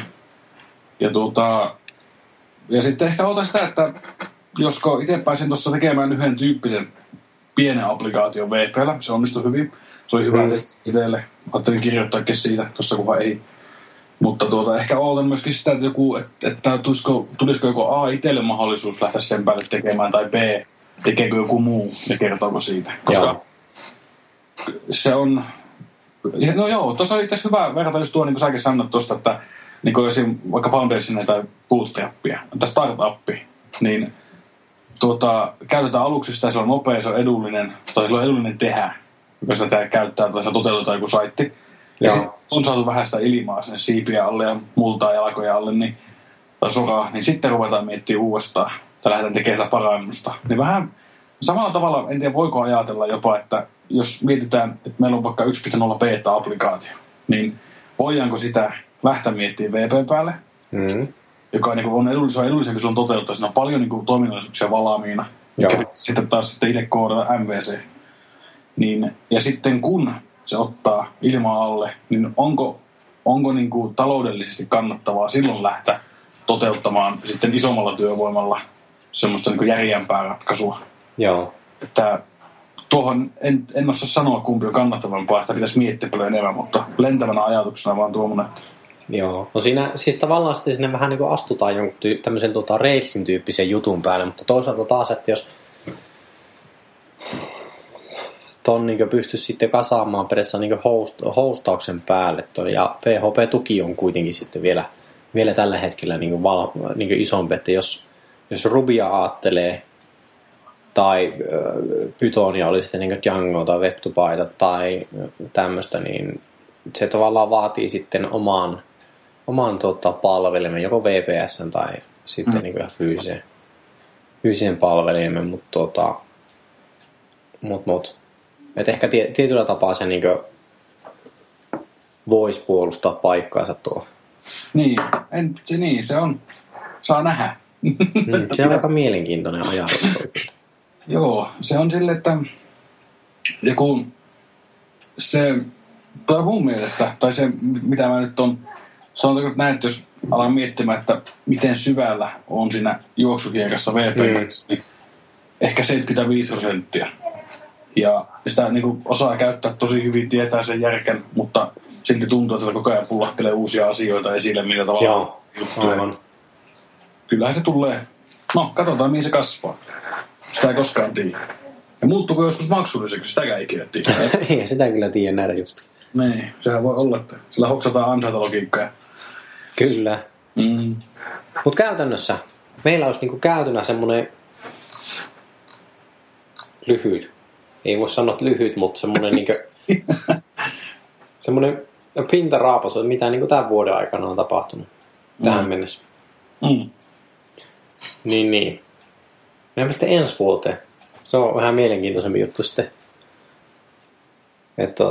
Ja sitten ehkä otan sitä, että josko itse pääsin tuossa tekemään yhden tyyppisen pienen applikaation VP:llä, se onnistui hyvin. Se oli hyvä testi itselle. Ajattelin kirjoittaakin siitä tuossa kunhan ei. Mutta ehkä ootan myöskin sitä, että tulisiko joku A itselle mahdollisuus lähteä sen päälle tekemään, tai B, tekeekö joku muu ja kertooko siitä. Koska se on... No joo, tuossa on itse asiassa hyvä verrata just tuo, niin kuin säkin sanoit tuosta, että niin kuin esim. Vaikka Foundationia tai Bootstrapia, tai startuppi, niin käytetään aluksi sitä, se on nopea, se on edullinen, tai se on edullinen tehdä, joka sitä käyttää, tai se toteutetaan joku saitti. Ja sitten on saatu vähän sitä ilmaa sinne siipiä alle ja multaa jalkoja alle, niin, tai soraa, niin sitten ruvetaan miettimään uudestaan, tai lähdetään tekemään sitä parannusta. Niin vähän samalla tavalla, en tiedä voiko ajatella jopa, että jos mietitään, että meillä on vaikka 1.0 beta-applikaatio, niin voidaanko sitä lähteä miettimään VP päälle, joka on edullisempi silloin toteuttaa. Siinä on paljon niin toiminnallisuuksia valmiina, mikä pitää sitten taas itse koodata MVC. Niin, ja sitten kun se ottaa ilmaa alle, niin onko niin kuin taloudellisesti kannattavaa silloin lähteä toteuttamaan sitten isommalla työvoimalla semmoista niin kuin järjempää ratkaisua. Joo. Että tuohon en osaa sanoa, kumpi on kannattavampaa, että pitäisi miettiä paljon enemmän, mutta lentävänä ajatuksena vaan tuommoinen. Joo, no siinä siis tavallaan sitten sinne vähän niin kuin astutaan jonkun tämmöisen Railsin tyyppisen jutun päälle, mutta toisaalta taas, että jos ton niin pystyisi sitten kasaamaan periaatteessa niin hostauksen päälle, ja PHP-tuki on kuitenkin sitten vielä tällä hetkellä niin kuin isompi, että jos Rubya aattelee, tai Pythonia oli sitten niin Django tai Web2Python tai tämmöistä, niin se tavallaan vaatii sitten oman palvelimen, joko VPS:n tai sitten niin ihan fyysisen palvelimen, mutta et ehkä tietyllä tapaa se niin voisi puolustaa paikkaansa tuo. Niin, se on. Saa nähdä. Se on aika mielenkiintoinen ajatus. Joo, se on sille, että joku se, tai mun mielestä, tai se mitä mä nyt on, sanotaanko näin, että jos alan miettimään, että miten syvällä on siinä juoksukiekassa VP, niin ehkä 75%. Ja sitä niin kuin osaa käyttää tosi hyvin, tietää sen järken, mutta silti tuntuu, että koko ajan pullahtelee uusia asioita esille, millä tavalla juttuja. Kyllähän se tulee. No, katsotaan mihin se kasvaa. Sitä ei koskaan tiedä. Ja muuttuuko joskus maksulliseksi, sitäkään ei ikinä tiedä. Ei, sitä kyllä tiedä näitä juttuja. Niin, sehän voi olla, että sillä hoksataan ansaintalogiikkaa. Kyllä. Mutta käytännössä meillä olisi niinku käytönä semmoinen lyhyt. Ei voi sanoa lyhyt, mutta semmoinen niinku semmoinen pintaraapasu, että mitä niinku tämän vuoden aikana on tapahtunut tähän mennessä. Niin. Mennään sitten ensi vuoteen. Se on vähän mielenkiintoisempi juttu sitten. Että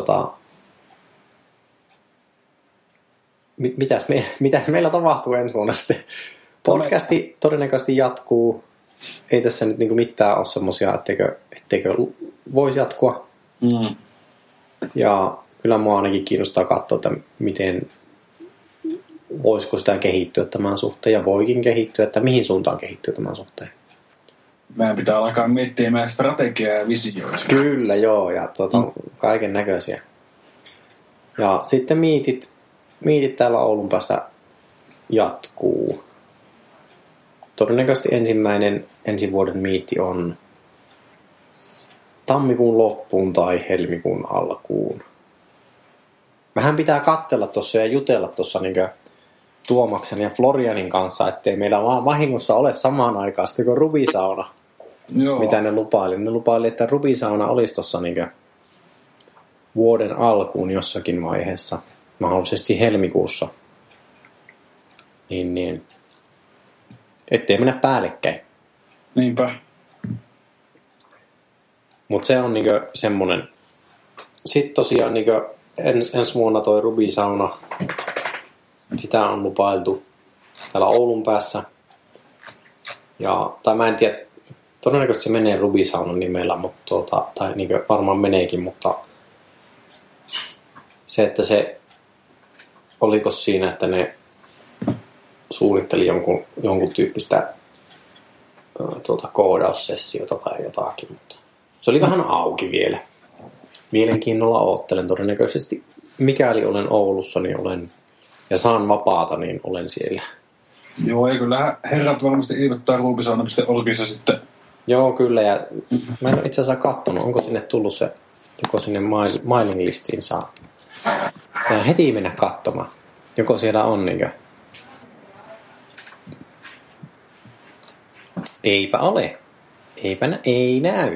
mitäs meillä tapahtuu ensi vuonna sitten? Podcasti todennäköisesti jatkuu. Ei tässä nyt niinku mitään ole semmosia, etteikö voisi jatkua. Ja kyllä mua ainakin kiinnostaa katsoa, että voisiko sitä kehittyä tämän suhteen ja voikin kehittyä, että mihin suuntaan kehittyy tämän suhteen. Meidän pitää alkaa miettimään strategiaa ja visioita. Kyllä, joo, ja kaiken näköisiä. Ja sitten miitit täällä Oulun päässä jatkuu. Todennäköisesti ensimmäinen ensi vuoden miitti on tammikuun loppuun tai helmikuun alkuun. Vähän pitää katsella tuossa ja jutella tuossa niin Tuomaksen ja Florianin kanssa, ettei meillä vaan vahingossa ole samaan aikaan sitten kuin Rubisauna. Joo. Mitä ne lupaili. Ne lupaili, että Rubisauna olisi tuossa niin vuoden alkuun jossakin vaiheessa. Mahdollisesti helmikuussa. Niin. Ettei mennä päällekkäin. Niinpä. Mutta se on niinku semmonen. Sitten tosiaan niinku ensi vuonna toi Rubisauna. Sitä on lupailtu täällä Oulun päässä. Tai mä en tiedä, todennäköisesti se menee Rubisaunan nimellä, mutta tai niinku varmaan meneekin, mutta se, että se oliko siinä, että ne suunnitteli jonkun tyyppistä koodaussessiota tai jotakin, mutta se oli vähän auki vielä. Mielenkiinnolla oottelen todennäköisesti. Mikäli olen Oulussa, niin olen ja saan vapaata, niin olen siellä. Joo, ja kyllähän herrat varmasti ilmoittaa ruubisauna.orgissa sitten. Joo, kyllä, ja mä en ole itse asiassa katsonut, onko sinne tullut se, joko sinne mailing listiin saa. Tää heti mennä katsomaan, joko siellä on niinkö. Eipä ole. Ei näy.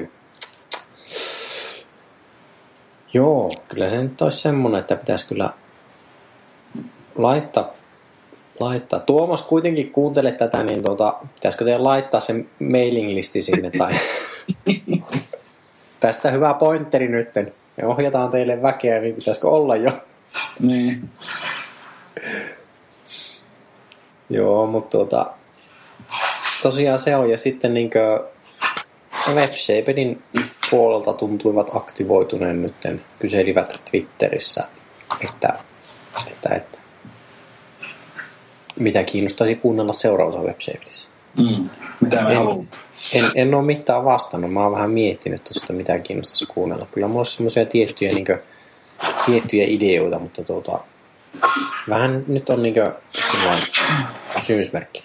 Joo, kyllä se nyt olisi semmonen, että pitäisi kyllä laittaa. Tuomas kuitenkin kuuntele tätä, niin pitäisikö teidän laittaa sen mailing listi sinne tai tästä hyvä pointeri nytten. Me ohjataan teille väkeä, niin pitäisikö olla jo? Niin. Joo, mutta tosiaan se on. Ja sitten niinkö Webshapedin puolelta tuntuivat aktivoituneen nytten. Kyselivät Twitterissä, että mitä kiinnostaisi kuunnella seuraavassa Webshapedissä. Mitä me haluamme? En ole mitään vastannut. Mä oon vähän miettinyt tuosta, mitä kiinnostaisi kuunnella. Kyllä mulla on semmoisia tiettyjä ideoita, mutta vähän nyt on kysymysmerkki.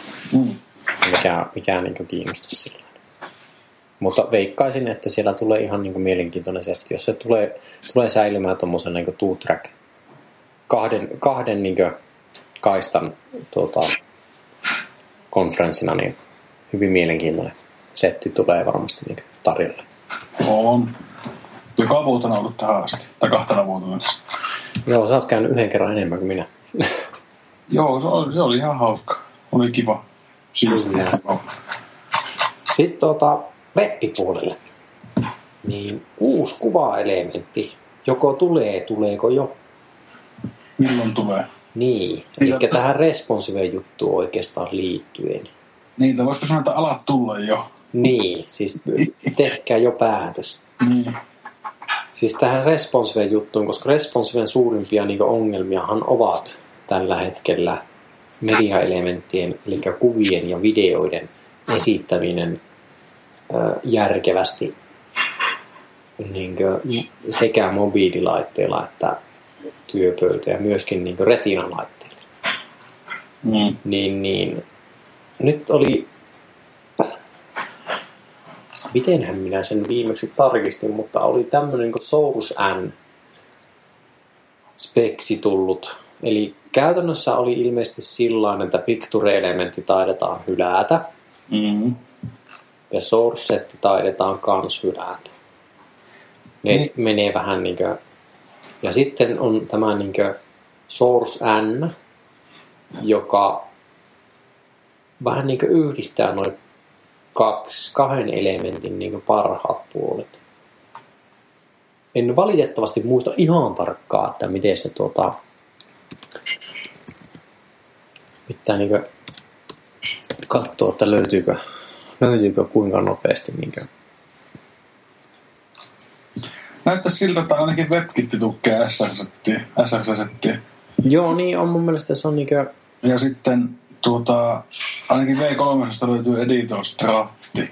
Mikä kiinnostaisi sillä. Mutta veikkaisin, että siellä tulee ihan mielenkiintoinen setti. Jos se tulee säilymään tommosen two-track kahden kaistan konferenssina, niin hyvin mielenkiintoinen setti tulee varmasti tarjolle. On. Joka vuotena ollut tähän asti. Tai 2 vuotena. Joo, sä oot käynyt 1 kerran enemmän kuin minä. Joo, se oli ihan hauska. Oli kiva. Siistiä. Sitten web-puolelle. Niin uusi kuvaelementti. Joko tuleeko jo? Milloin tulee? Niin, eli tähän responsive-juttuun oikeastaan liittyen. Niin, voisiko sanoa, että alat tulla jo? Niin, siis tehkää jo päätös. Niin. Siis tähän responsive-juttuun, koska responsiven suurimpia ongelmiahan ovat tällä hetkellä mediaelementtien, eli kuvien ja videoiden esittäminen järkevästi sekä mobiililaitteilla että työpöytä ja myöskin retina-laitteilla. Niin nyt oli, mitenhän minä sen viimeksi tarkistin, mutta oli tämmöinen kuin Source N speksi tullut. Eli käytännössä oli ilmeisesti sillain, että picture-elementti taidetaan hylätä. Ja source-setti taidetaan kans hylätä. Ne menee vähän ja sitten on tämä Source N, joka vähän yhdistää noin kahden elementin parhaat puolet. En valitettavasti muista ihan tarkkaan, että miten se pitää katsoa, että löytyykö kuinka nopeasti Näyttää siltä, että ainakin WebKit tukee SRS-settiä. Joo, niin on mun mielestä se on niinkö... Ja sitten ainakin V3 löytyy Editors Drafti.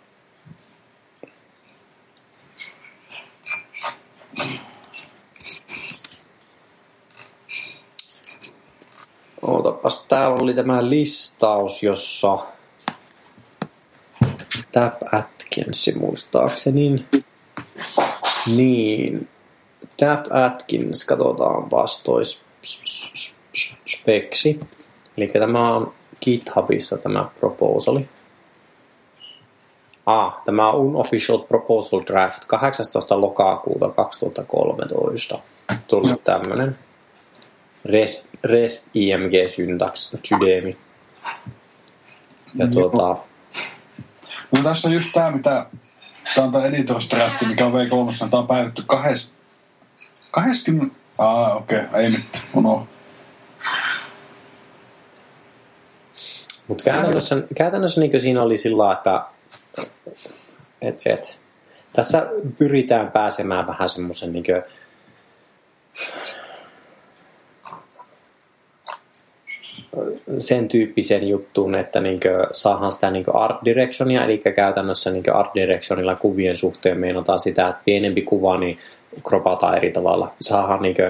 Ootapas, täällä oli tämä listaus, jossa Tap Atkins muistaakseni. Niin. Tap Atkins, katsotaanpas toi speksi. Eli tämä on GitHubissa tämä proposali. Tämä on Unofficial Proposal Draft 18. lokakuuta 2013. Tullut tämmönen. Resp IMG Syntax Udemy. Ja No tässä on just tää, mitä... Tää on tää Editors Draft, mikä on V3. Tää on päivitetty 20... okei, ei mitään. Mutta käytännössä niin siinä oli sillä, että tässä pyritään pääsemään vähän semmoisen niin sen tyyppisen juttuun, että niin saadaan sitä niin art directionia, eli käytännössä niin art directionilla kuvien suhteen meinataan sitä, että pienempi kuva niin kropataan eri tavalla. Saadaan niin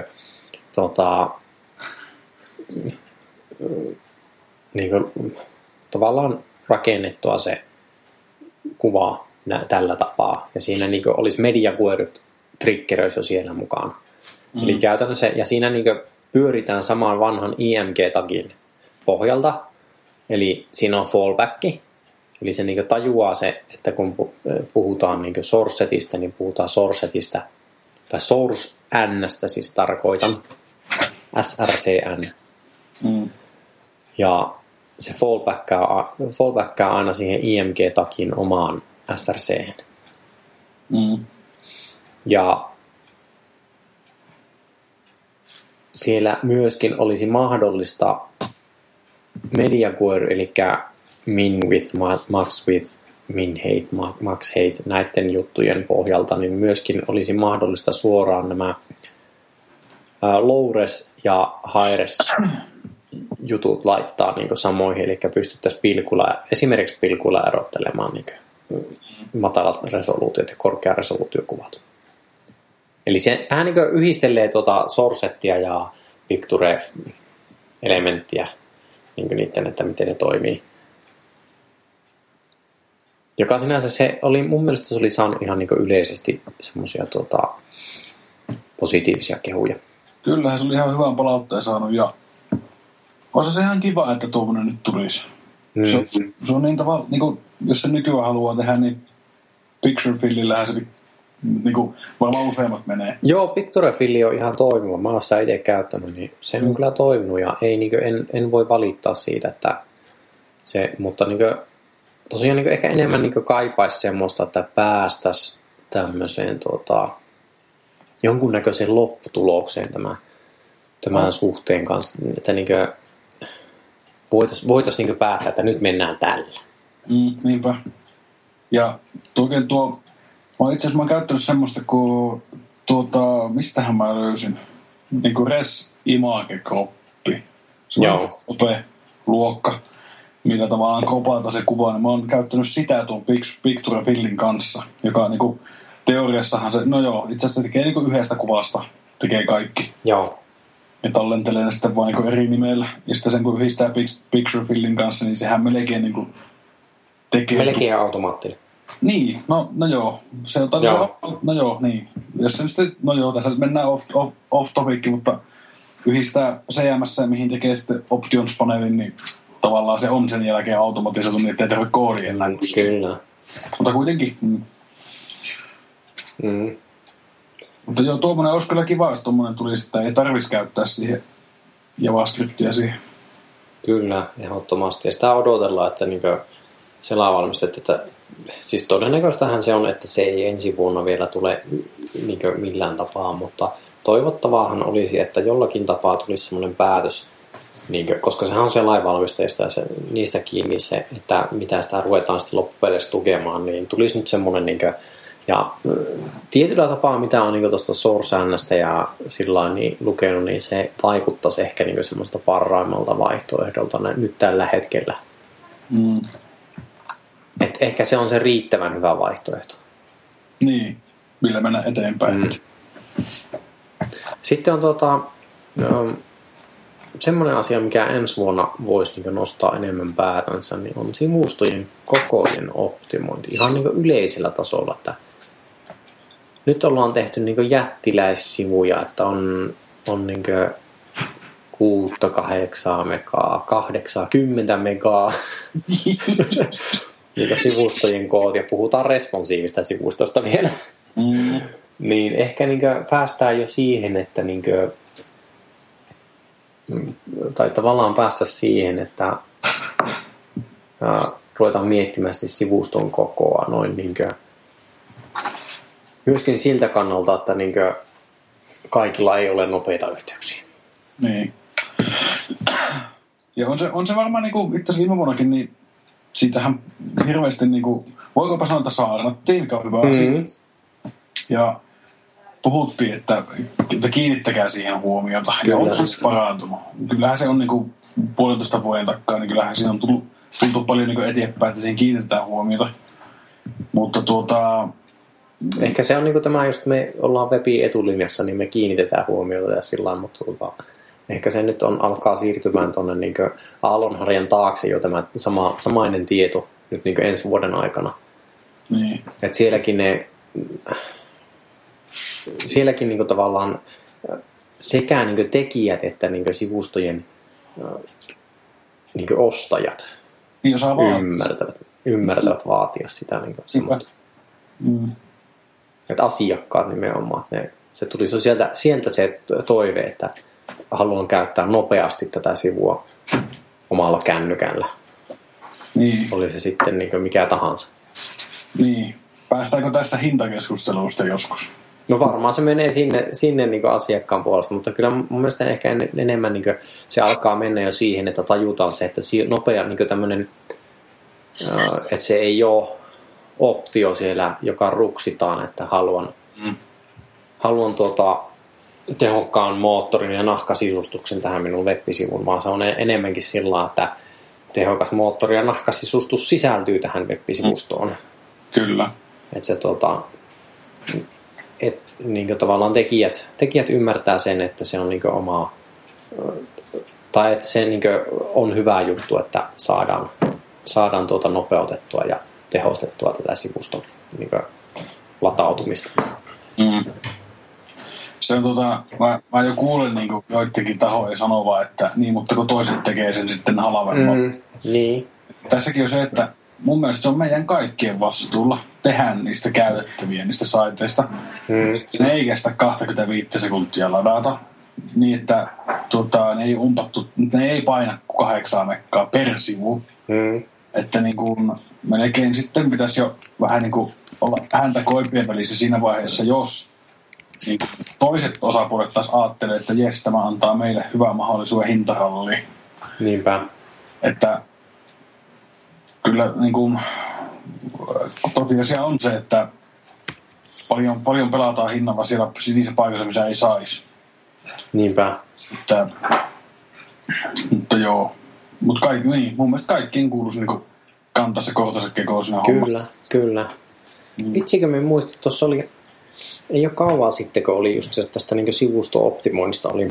tavallaan rakennettua se kuva tällä tapaa. Ja siinä niin olisi media queryt triggeröissä jo siellä mukaan. Eli käytännössä, ja siinä niin pyöritään saman vanhan IMG-tagin pohjalta. Eli siinä on fallback. Eli se niin tajuaa se, että kun puhutaan niin source-setistä, niin puhutaan source-setistä. Tai source-nstä siis tarkoitan. SRCN. Ja se fallbackaa aina siihen IMG-takin omaan SRC:hen. Ja siellä myöskin olisi mahdollista media query, eli min with, max with, min height, max height, näiden juttujen pohjalta, niin myöskin olisi mahdollista suoraan nämä low-res ja high-res jutut laittaa niin samoihin, eli pystyttäisiin esimerkiksi pilkulla erottelemaan niin matalat resoluutiot ja korkea resoluutiokuvat. Eli se vähän niin yhdistelee sourcettia ja picture-elementtiä niin niiden, että miten ne toimii. Joka sinänsä se oli, mun mielestä se oli saanut ihan niin yleisesti semmoisia positiivisia kehuja. Kyllähän se oli ihan hyvän palautteen saanut ja olisi se ihan kiva, että tuommoinen nyt tulisi. Se on niin tavalla, niin kuin, jos se nykyään haluaa tehdä, niin Picture Fillillähän se niin kuin, varmaan useimmat menee. Joo, Picture Filli on ihan toimiva. Mä oon sitä itse käyttänyt, niin se on kyllä toiminut ja ei, niin kuin, en voi valittaa siitä, että se, mutta niin kuin, tosiaan niin kuin, ehkä enemmän niin kuin, kaipaisi semmoista, että päästäisiin tämmöiseen jonkunnäköiseen lopputulokseen tämän suhteen kanssa, että niin kuin, voitaisiin niin päättää, että nyt mennään tällä. Niinpä. Ja itse asiassa mä oon käyttänyt semmoista kuin mistähän mä löysin, niin kuin Res Image Croppi. Se on luokka, millä tavallaan kropaata se kuva, niin mä oon käyttänyt sitä tuon Picture Fillin kanssa, joka niin kuin teoriassahan se, itse asiassa tekee niin kuin yhdestä kuvasta, tekee kaikki. Joo. Ja tallentelee ne sitten vain niin eri nimellä. Ja sitten sen kun yhdistää Picture Fillin kanssa, niin sehän melkein niin kuin tekee... Melkein automaattinen. Niin, no joo. Se on niin. Jos se sitten, tässä mennään off topic, mutta yhdistää CMS, mihin tekee sitten Options-paneelin, niin tavallaan se on sen jälkeen automatisoitu, niin ettei tarvitse koodia enää. Kyllä. Mutta kuitenkin. Mutta joo, tuommoinen olisi kyllä kiva, jos tuommoinen tulisi, että ei tarvitsisi käyttää siihen JavaScriptia siihen. Kyllä, ehdottomasti. Ja sitä odotellaan, että selavalmistet, että siis todennäköistähän se on, että se ei ensi vuonna vielä tule millään tapaa, mutta toivottavaahan olisi, että jollakin tapaa tulisi semmoinen päätös, koska sehän on se lainvalmistajista ja niistä kiinni se, että mitä sitä ruvetaan sitten loppupeleissä tukemaan, niin tulisi nyt semmoinen Ja tietyllä tapaa, mitä on niin tuosta Source-säännöstä ja sillain niin lukenut, niin se vaikuttaisi ehkä niin semmoista parhaimmalta vaihtoehdolta nyt tällä hetkellä. Et ehkä se on se riittävän hyvä vaihtoehto. Niin, millä mennä eteenpäin. Sitten on semmoinen asia, mikä ensi vuonna voisi niin nostaa enemmän päätänsä, niin on sivustojen kokojen optimointi. Ihan niin yleisellä tasolla, että nyt ollaan tehty niin jättiläissivuja, että on niin 6, 8 megaa, 80 megaa niin sivustojen koot, ja puhutaan responsiivista sivustosta vielä. Niin ehkä niin päästään jo siihen, että niin kuin, tai tavallaan päästä siihen, että ruvetaan miettimään sivuston kokoa noin niin kuin, myöskin siltä kannalta, että niin kuin, kaikilla ei ole nopeita yhteyksiä. Niin. Ja on se varmaan niin kuin itse viime vuonnakin, niin siitähän hirveästi niin kuin, voikopa sanoa, että saarnattiin, mikä on hyvä asia. Ja puhuttiin, että kiinnittäkää siihen huomiota. Ja on se parantunut. Kyllähän se on niin kuin 1,5 vuoden takaa, niin kyllähän siinä on tultu paljon niin kuin eteenpäin, että siihen kiinnitetään huomiota. Mutta ehkä se on niin kuin tämä, just me ollaan webin etulinjassa, niin me kiinnitetään huomiota ja sillä lailla, mutta ehkä se nyt alkaa siirtymään tuonne niin kuin aallonharjan taakse jo tämä samainen tieto nyt niin kuin ensi vuoden aikana. Niin. Että sielläkin niin kuin tavallaan sekä niin kuin tekijät että niin kuin sivustojen niin kuin ostajat ymmärtävät vaatia sitä niin kuin semmoista. Että asiakkaat nimenomaan. Se tuli sieltä se toive, että haluan käyttää nopeasti tätä sivua omalla kännykällä. Niin. Oli se sitten niin kuin mikä tahansa. Niin. Päästäänkö tässä hintakeskustelusta joskus? No varmaan se menee sinne niin kuin asiakkaan puolesta, mutta kyllä mun mielestä ehkä enemmän niin kuin se alkaa mennä jo siihen, että tajutaan se, että nopea niin kuin tämmöinen, että se ei ole optio siellä, joka ruksitaan, että haluan tehokkaan moottorin ja nahkasisustuksen tähän minun web-sivuun, vaan se on enemmänkin sillä, että tehokas moottori ja nahkasisustus sisältyy tähän web-sivustoon. Kyllä. Että se niin tavallaan tekijät ymmärtää sen, että se on niin omaa, tai että se niin on hyvä juttu, että saadaan nopeutettua ja tehostettua tätä sivuston niin latautumista. Se on mä jo kuulen niin joidenkin tahoja sanova, että niin, mutta kun toiset tekee sen sitten halvemmalla. Niin. Tässäkin on se, että mun mielestä se on meidän kaikkien vastuulla tehdä niistä käytettäviä, niistä saiteista. Ne ei kestä 25 sekuntia ladata, niin että ne ei paina 8 mekkaa per sivu. Että niin kuin, melkein sitten pitäisi jo vähän niin kuin olla häntä koipien välissä siinä vaiheessa, jos niin toiset osapuolet taas ajattelee, että jes, tämä antaa meille hyvää mahdollisuuden hintaralliin. Niinpä. Että kyllä niin kuin, tosiasia on se, että paljon pelataan hinnalla siellä niissä paikoissa, missä ei saisi. Niinpä. Mutta joo. Mutta niin, mun mielestä kaikkien kuuluisi niin kantaa se kortensa kekoon siinä hommassa. Kyllä. Vitsikö me muistat, tuossa oli, ei ole kauan sitten, kun oli just tästä niin sivusto-optimoinnista oli,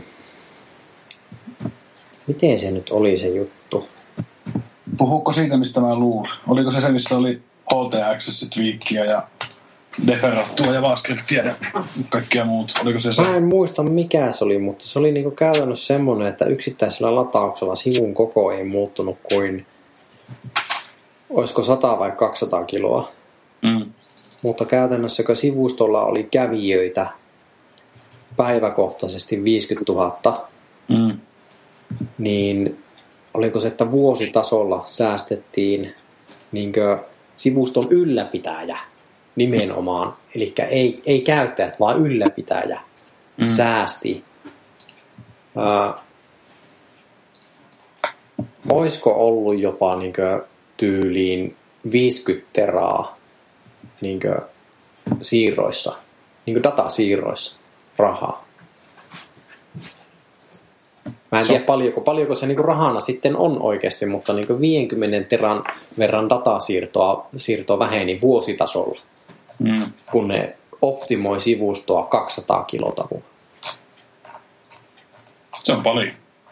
miten se nyt oli se juttu? Puhuuko siitä, mistä mä luulen? Oliko se, missä oli HTXS-tweakkiä ja deferattua ja JavaScriptia ja kaikkia muut? Oliko se? Mä en muista mikä se oli, mutta se oli niinku käytännössä semmoinen, että yksittäisellä latauksella sivun koko ei muuttunut kuin, olisiko 100 vai 200 kiloa. Mutta käytännössä, kun sivustolla oli kävijöitä päiväkohtaisesti 50 000, niin oliko se, että vuositasolla säästettiin niinkö sivuston ylläpitäjä nimenomaan, eli ei käyttäjät, vaan ylläpitäjä säästi. Olisiko ollut jopa niinkö tyyliin 50 teraa niinkö siirroissa, niin datasiirroissa rahaa. Mä en tiedä paljonko se niin rahana sitten on oikeasti, mutta niin 50 teran verran datasiirtoa väheni vuositasolla, kun ne optimoi sivustoa 200 kilotavua. Se on paljon.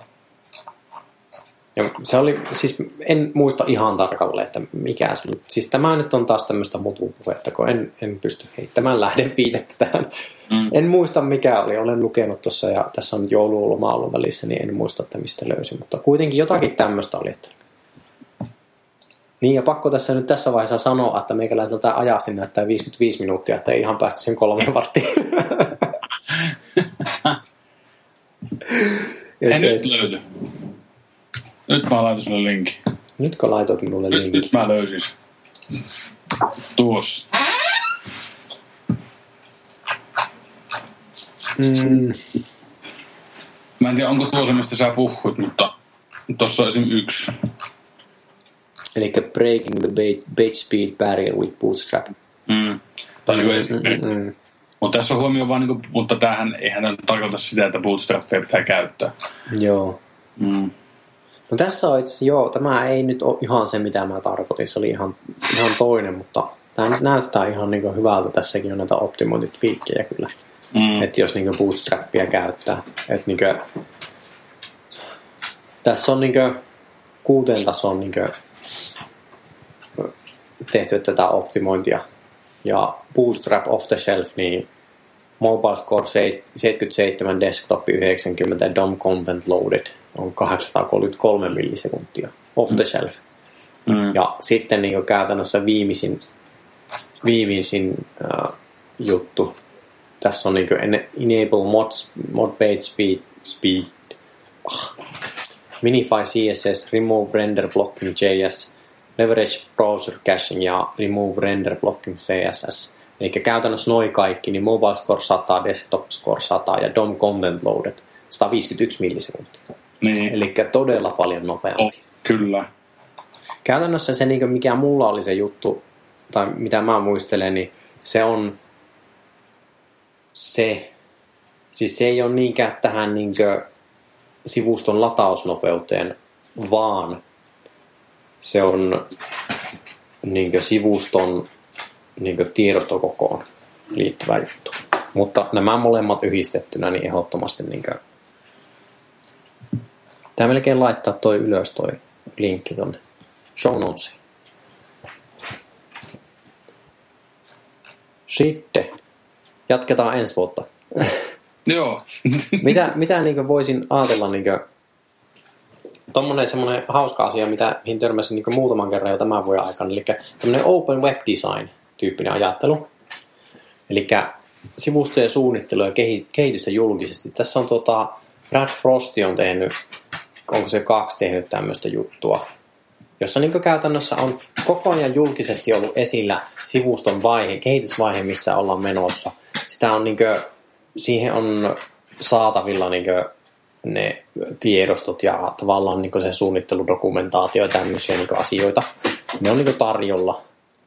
Ja se oli, siis en muista ihan tarkalleen, että mikä se oli. Siis tämä nyt on taas tämmöistä mutupuhetta, kun en pysty heittämään lähdeviitettä tähän. En muista mikä oli, olen lukenut tuossa ja tässä on joululoma ollut välissä, niin en muista, että mistä löysin. Mutta kuitenkin jotakin tämmöistä oli. Että... Niin ja pakko tässä nyt tässä vaiheessa sanoa, että meikäläiseltä ajasti näyttää 55 minuuttia, että ei ihan päästä sen 3 varttiin. Ei nyt löyty. Nyt mä laitan sulle linkin. Nytkö laitoit minulle linkin? Nyt mä löysin. Tuossa. Mä en tiedä, onko tuossa, mistä sä puhut, mutta tossa on esim. 1. Eli breaking the page speed barrier with Bootstrap. Tai niin esimerkki. Mutta tässä on huomioon vaan, niin kuin, mutta tämähän eihän tarkoita sitä, että Bootstrapia pitää käyttää. Joo. No tässä on itse asiassa, tämä ei nyt ole ihan se, mitä mä tarkoitin. Se oli ihan toinen, mutta tämä nyt näyttää ihan niin kuin hyvältä. Tässäkin on näitä optimointitviikkejä kyllä. Että jos niin kuin Bootstrapia käyttää. Että niin kuin, tässä on niin kuin 6 tason niin kuin tehty tätä optimointia. Ja Bootstrap off the shelf, niin Mobile Score 77, Desktop 90 ja DOM Content Loaded on 833 millisekuntia off the shelf. Ja sitten niin käytännössä viimeisin juttu. Tässä on niin Enable Mod Page Speed Minify CSS, Remove Render Blocking JS, Leverage Browser Caching ja Remove Render Blocking CSS. Eli käytännössä noi kaikki, niin Mobile Score 100, Desktop Score 100 ja DOM Content Loaded 151 millisekuntia. Niin. Eli todella paljon nopeampi. Kyllä. Käytännössä se, mikä mulla oli se juttu, tai mitä mä muistelen, niin se on se, siis se ei ole niinkään tähän sivuston latausnopeuteen, vaan se on sivuston tiedostokokoon liittyvä juttu. Mutta nämä molemmat yhdistettynä, niin ehdottomasti tämä melkein laittaa toi ylös toi linkki tonne show notesiin. Sitten jatketaan ensi vuotta. Joo. mitä voisin ajatella tommonen semmonen hauska asia, mihin törmäsin muutaman kerran jo tämän vuoden aikana, eli tämmönen open web design -tyyppinen ajattelu. Eli sivustojen suunnittelu ja kehitystä julkisesti. Tässä on Brad Frosti on tehnyt, onko se 2 tehnyt tämmöistä juttua, jossa käytännössä on koko ajan julkisesti ollut esillä sivuston kehitysvaihe, missä ollaan menossa. Sitä on siihen on saatavilla ne tiedostot ja tavallaan se suunnitteludokumentaatio ja tämmöisiä asioita. Ne on tarjolla.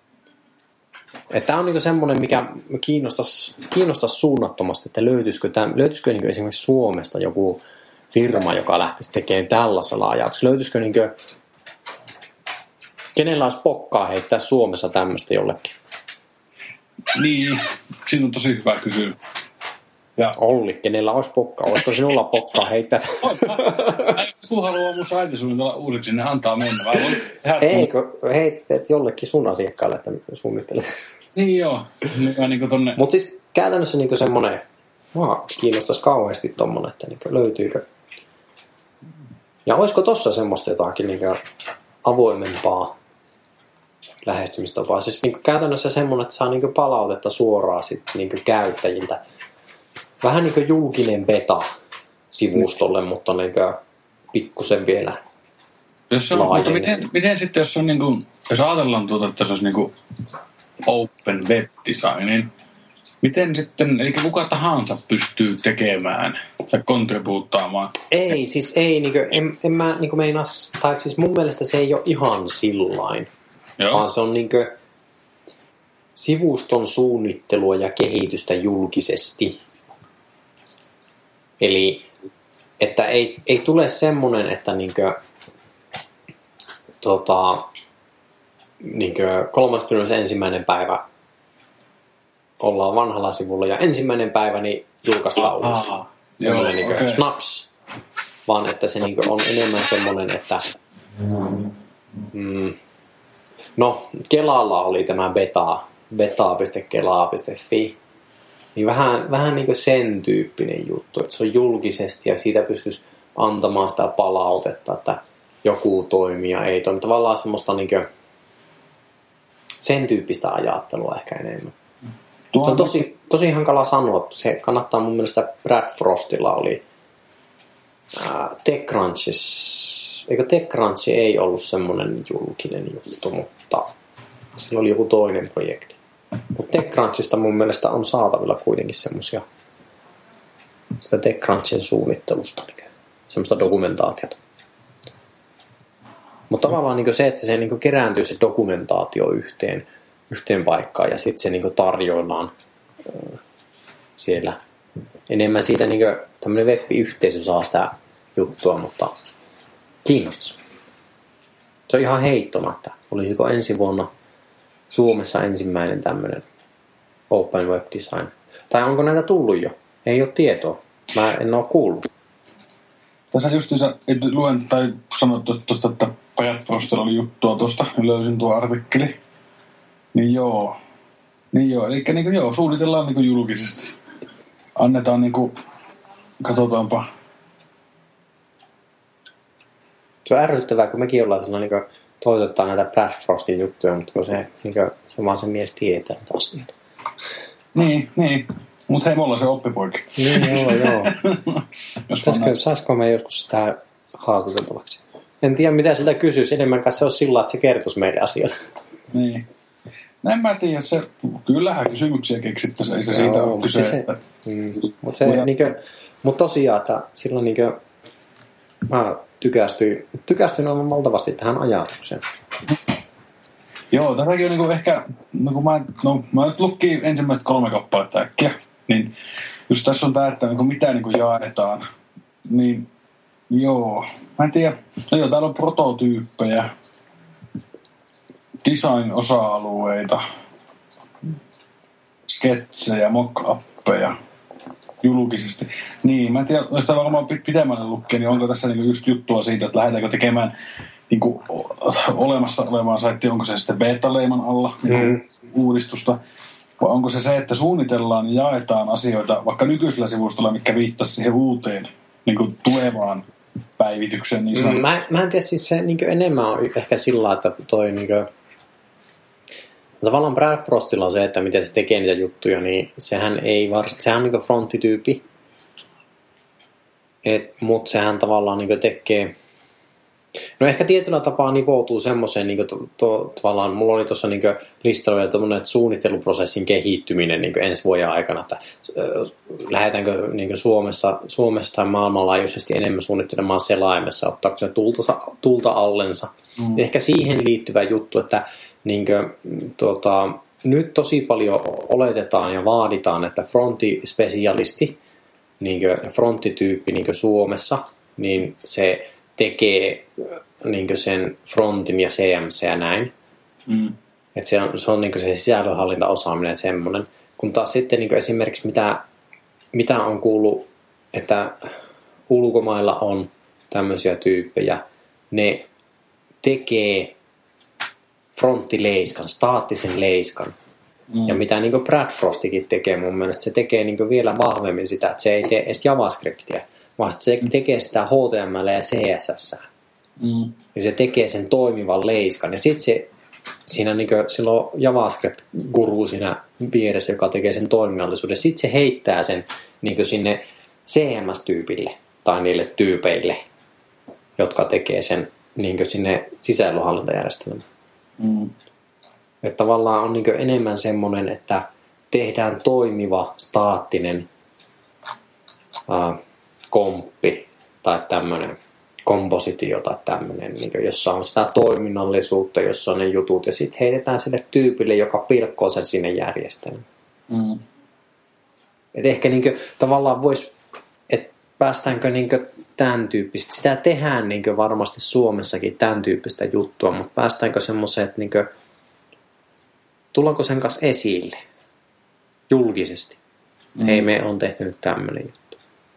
Tämä on semmoinen, mikä kiinnostaisi suunnattomasti, että löytyisikö esimerkiksi Suomesta joku firma, joka lähtisi tekemään tällaisella ajatuksella. Löytyisikö kenellä olisi pokkaa heittää Suomessa tämmöistä jollekin? Niin, siinä on tosi hyvä kysymys. Ja Olli, kenellä olisi pokkaa? Olisiko sinulla pokkaa heittää? Joku haluaa mun saita suunnitella uusiksi, ne antaa mennä. Eikö heitteet jollekin sun asiakkaalle, että suunnittelee? Niin joo. Tonne. Mutta siis käytännössä semmoinen, kiinnostaisi kauheasti tommonen, että löytyykö. Ja olisiko tossa semmoista jotakin avoimempaa lähestymistapaa? Siis käytännössä semmoinen, että saa palautetta suoraan sitten käyttäjiltä. Vähän julkinen beta sivustolle, mutta pikkusen vielä mutta miten sitten, jos on jos ajatellaan että se olisi open web design, niin miten sitten, eli kuka tahansa pystyy tekemään tai kontribuuttaamaan? Ei, siis ei, en mä meinas, tai siis mun mielestä se ei ole ihan sillain, vaan se on sivuston suunnittelua ja kehitystä julkisesti. Eli että ei tule semmoinen, että niinkö 31. päivä ollaan vanhalla sivulla ja 1. päivä niin julkaistaan uusi. Semmoinen niinkö snaps. Vaan että se niinkö on enemmän semmoinen, että Kelalla oli tämä beta.kelaa.fi. Niin vähän niin kuin sen tyyppinen juttu, että se on julkisesti ja siitä pystyisi antamaan sitä palautetta, että joku toimii ja ei toimi. Tavallaan semmoista niin kuin sen tyyppistä ajattelua ehkä enemmän. Se on tosi hankala sanoa. Se kannattaa mun mielestä Brad Frostilla oli TechCrunch ei ollut semmoinen julkinen juttu, mutta sillä oli joku toinen projekti. Mutta TechCrunchista mun mielestä on saatavilla kuitenkin semmoisia sitä TechCrunchin suunnittelusta, semmoista dokumentaatiota. Mutta tavallaan niin se, että se niin kerääntyy se dokumentaatio yhteen paikkaan ja sitten se niin tarjoillaan siellä. Enemmän siitä niin tämmöinen web-yhteisö saa sitä juttua, mutta kiinnostaa. Se on ihan heittona, että olisiko ensi vuonna Suomessa ensimmäinen tämmöinen Open Web Design. Tai onko näitä tullut jo? Ei ole tietoa. Mä en ole kuullut. Tässä justiinsa luen tai sanoit tuosta, että Brad Frostilla oli juttua tuosta, niin löysin tuo artikkeli. Niin joo. Eli niin joo, suunnitellaan niin julkisesti. Annetaan katsotaanpa. Se on ärsyttävää, kun mekin ollaan sellainen toitottaa näitä Brad Frostin juttuja, mutta kun se vaan se mies tietää niitä asioita. Niin. Mutta hei, me ollaan se oppipoika. Niin, joo. Saisiko me joskus sitä haastateltavaksi? En tiedä, mitä siltä kysyisi. Enemmän se olisi sillä, että se kertoisi meille asioita. Niin. En mä tiedä, kyllähän kysymyksiä keksittäisiin, ei se siitä ole kyse. Mutta tosiaan, että silloin mä tykästyin aivan valtavasti tähän ajatukseen. Joo, tässäkin on ehkä, mä nyt lukkiin ensimmäiset 3 kappaletta äkkiä, niin just tässä on tää, että mitä jaetaan, niin joo, mä en tiedä, no joo, täällä on prototyyppejä, design-osa-alueita, sketsejä, mock-appeja, julkisesti. Niin, mä en tiedä, jos tämä varmaan pitemmälle lukee, niin onko tässä just juttua siitä, että lähdetäänkö tekemään olemassa olevaan saittiin, onko se sitten beta-leiman alla uudistusta, vai onko se, että suunnitellaan ja jaetaan asioita vaikka nykyisellä sivustolla, mitkä viittasi siihen uuteen tulevaan päivitykseen. Niin mä en tiedä, siis se enemmän on ehkä sillä, että toi tavallaan Brad Frostilla on se, että miten se tekee niitä juttuja, niin sehän on fronttityyppi. Mutta sehän tavallaan tekee. No ehkä tietyllä tapaa nivoutuu semmoiseen, tavallaan mulla oli tuossa listalla vielä tommoinen, että suunnitteluprosessin kehittyminen ensi vuoden aikana, että lähdetäänkö Suomessa tai maailmanlaajuisesti enemmän suunnittelemaan selaimessa, ottaako se tulta allensa. Ehkä siihen liittyvä juttu, että nyt tosi paljon oletetaan ja vaaditaan, että frontispesialisti, fronttityyppi Suomessa, niin se tekee sen frontin ja CMC ja näin. Että se on se sisällönhallintaosaaminen semmoinen. Kun taas sitten esimerkiksi mitä on kuullut, että ulkomailla on tämmöisiä tyyppejä, ne tekee fronttileiskan, staattisen leiskan. Ja mitä Brad Frostikin tekee mun mielestä, se tekee vielä vahvemmin sitä, että se ei tee edes JavaScriptia, vaan se tekee sitä HTML ja CSS. Ja se tekee sen toimivan leiskan. Ja sitten siinä silloin JavaScript-guru siinä vieressä, joka tekee sen toiminnallisuuden. Sitten se heittää sen sinne CMS-tyypille tai niille tyypeille, jotka tekee sen sinne sisällönhallintajärjestelmään. Että tavallaan on enemmän semmoinen, että tehdään toimiva, staattinen komppi tai tämmöinen kompositio tai tämmöinen, niin jossa on sitä toiminnallisuutta, jossa on ne jutut, ja sitten heitetään sille tyypille, joka pilkkoo sen sinne järjestelmään. Et ehkä niin kuin, tavallaan voisi, että päästäänkö niin kuin tämän tyyppistä, sitä tehdään niin kuin varmasti Suomessakin tämän tyyppistä juttua, mutta päästäänkö semmoiseen, että niin kuin, tullaanko sen kanssa esille julkisesti? Hei, me on tehty nyt tämmöinen juttu.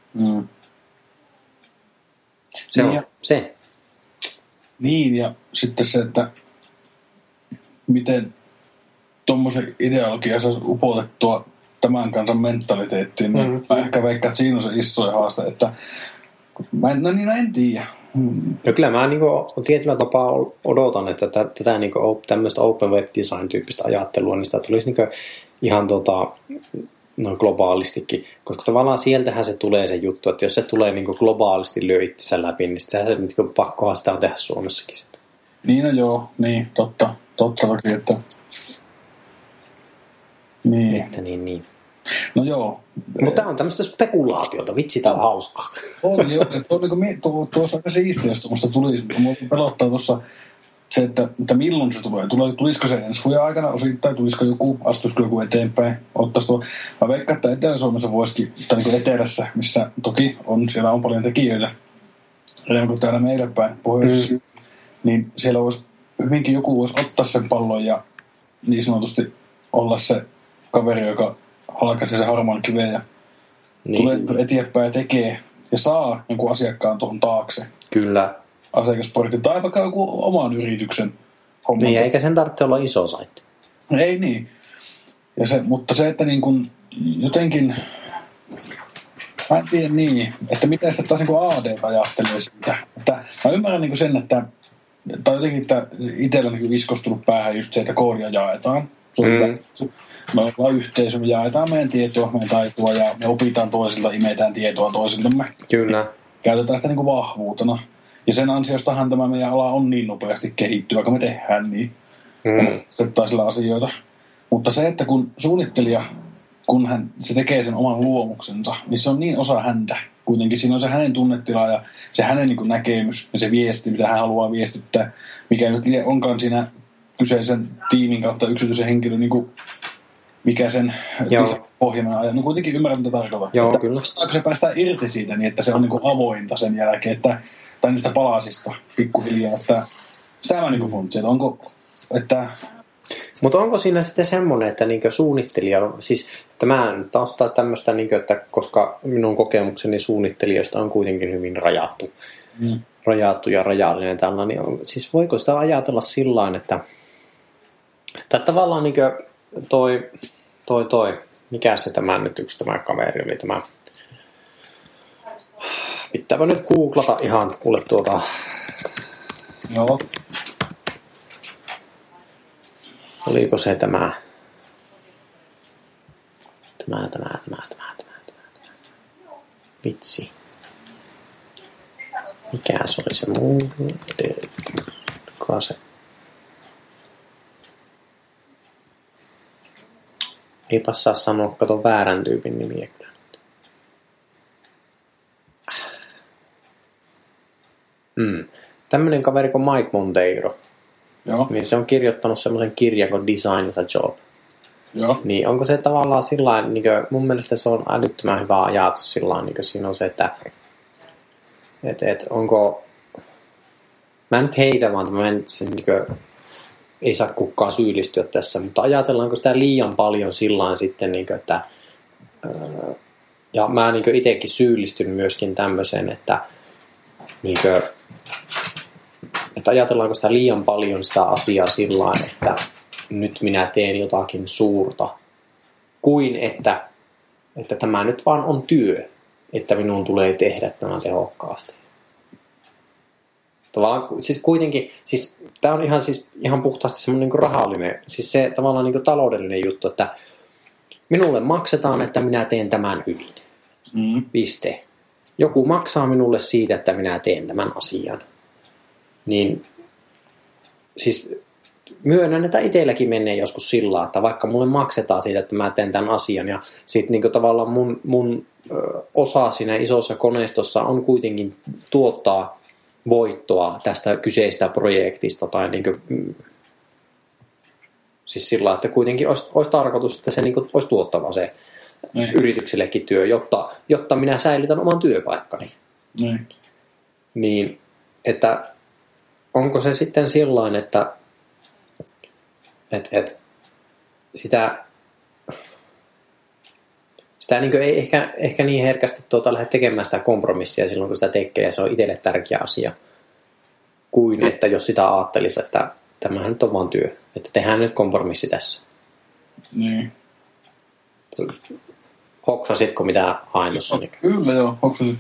Se niin on se. Niin, ja sitten se, että miten tuommoisen ideologian saisi upotettua tämän kansan mentaliteettiin, niin mä ehkä veikkaan, että siinä on se isoin haaste, että en tiedä. No kyllä mä niinku tietyllä tapaa odotan, että tätä niinku tämmöistä open web design tyyppistä ajattelua, niin sitä tulisi niinku ihan globaalistikin, koska tavallaan sieltähän se tulee se juttu, että jos se tulee niinku globaalisti lyö itsensä läpi, niin sehän se niinku pakkohan sitä on tehdä Suomessakin sitten. Niin no joo, niin, totta toki, että niin. Että niin. No joo. Mutta tämä on tämmöistä spekulaatiota, vitsi tää on hauskaa. On joo, että on niinku tuossa aika siistiä, jos tuommoista tulisi, mua pelottaa tuossa se, että milloin se tulee. Tulisiko se ensi vuoden aikana osittain, tulisiko astuisiko joku eteenpäin, ottaisi tuo. Mä veikkaan, että Etelä-Suomessa voisikin, tai niin kuin etelässä, missä toki siellä on paljon tekijöitä, enemmän kuin täällä meille päin pohjoisessa, niin siellä voisi hyvinkin joku voisi ottaa sen pallon ja niin sanotusti olla se kaveri, joka halkaisee sen harmaan kiveen ja tulee eteenpäin ja tekee ja saa jonkun asiakkaan tuohon taakse. Kyllä. Asiakasportti tai vaikka joku oman yrityksen homma. Niin, eikä sen tarvitse olla iso saitti. Ei niin. Mutta se, että niin kuin jotenkin, mä en tiedä niin, että miten sitä taas niin kuin AD ajattelee siitä. Että mä ymmärrän niin kuin sen, että tai jotenkin, että itsellä niin iskostunut päähän just se, että koodia jaetaan. Me ollaan yhteisö, me jaetaan meidän tietoa, meidän taitoa ja me opitaan toisilta, imetään tietoa toisiltamme. Kyllä. Käytetään sitä niin kuin vahvuutena. Ja sen ansiostahan tämä meidän ala on niin nopeasti kehittyy, vaikka me tehdään niin. Sillä asioita. Mutta se, että kun suunnittelija, kun se tekee sen oman luomuksensa, niin se on niin osa häntä. Kuitenkin siinä on se hänen tunnetila ja se hänen niin kuin näkemys ja se viesti, mitä hän haluaa viestittää, mikä nyt onkaan siinä kyseisen tiimin kautta yksityisen henkilön, niin kuin, mikä sen pohjana ajaa. No kuitenkin ymmärrän, mitä tarkoittaa. Joo, kyllä. Saataanko se päästään irti siitä niin, että se on niin kuin avointa sen jälkeen, tai niistä palasista pikkuhiljaa, että sitä mä niin kuin funtsin, onko, että... Mutta onko siinä sitten semmoinen, että niinku suunnittelija, siis tämä taas tämmöistä, niinku, että koska minun kokemukseni suunnittelijoista on kuitenkin hyvin rajattu ja rajallinen tällainen, niin siis voiko sitä ajatella sillain, että tavallaan niinku toi, mikä se tämä kaveri oli tämä, pitääpä nyt googlata ihan kuule Joo. Oliko se tämä vitsi. Mikä se oli se muu? Se? Eipa saa sanoa, kato väärän tyypin nimiä kyllä. Tämmönen kaveri kuin Mike Monteiro. Joo. Niin se on kirjoittanut semmoisen kirjan kuin Design is a Job. Joo. Niin onko se tavallaan sillain, niin mun mielestä se on älyttömän hyvä ajatus sillain, niin siinä on se, että onko, mä nyt heitä vaan, niin ei saa kukaan syyllistyä tässä, mutta ajatellaanko sitä liian paljon sillain sitten, niin kuin, että ja mä niin itsekin syyllistyn myöskin tämmöiseen, että niin kuin, että ajatellaanko sitä liian paljon sitä asiaa sillain, että nyt minä teen jotakin suurta, kuin että tämä nyt vaan on työ, että minun tulee tehdä tämä tehokkaasti. Tavallaan, siis kuitenkin, siis tämä on ihan puhtaasti semmoinen niin rahallinen, siis se tavallaan niin taloudellinen juttu, että minulle maksetaan, että minä teen tämän hyvin. Piste. Joku maksaa minulle siitä, että minä teen tämän asian. Niin siis myönnän, että itselläkin menee joskus sillä, että vaikka mulle maksetaan siitä, että mä teen tämän asian ja sitten niin tavallaan mun osa siinä isossa koneistossa on kuitenkin tuottaa voittoa tästä kyseistä projektista tai niin kuin, siis sillä, että kuitenkin olisi tarkoitus, että se niin kuin, olisi tuottava se yrityksellekin työ, jotta minä säilytän oman työpaikkani. Niin, että onko se sitten sillain, että sitä niin kuin ei ehkä niin herkästi lähde tekemään sitä kompromissia silloin, kun sitä tekee, ja se on itselle tärkeä asia, kuin että jos sitä ajattelisi, että tämähän nyt on vaan työ, että tehdään nyt kompromissi tässä. Niin. Hoksasitko mitä hain tuossa? Kyllä joo, hoksasit.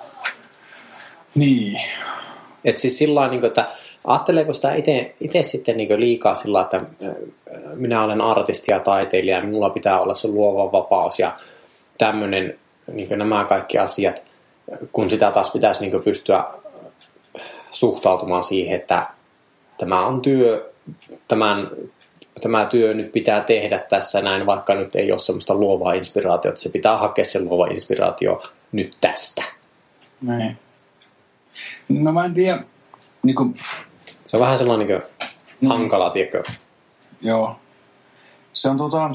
Niin. Että siis sillä niin että ajatteleeko sitä itse sitten niin liikaa sillä, että minä olen artisti ja taiteilija ja minulla pitää olla se luova vapaus ja tämmöinen, niin nämä kaikki asiat, kun sitä taas pitäisi niin pystyä suhtautumaan siihen, että tämä on työ, tämä työ nyt pitää tehdä tässä näin, vaikka nyt ei ole semmoista luovaa inspiraatiota, se pitää hakea se luova inspiraatio nyt tästä. Näin. No mä en tiedä. Se on vähän sellainen hankala, tiedätkö? Joo. Se on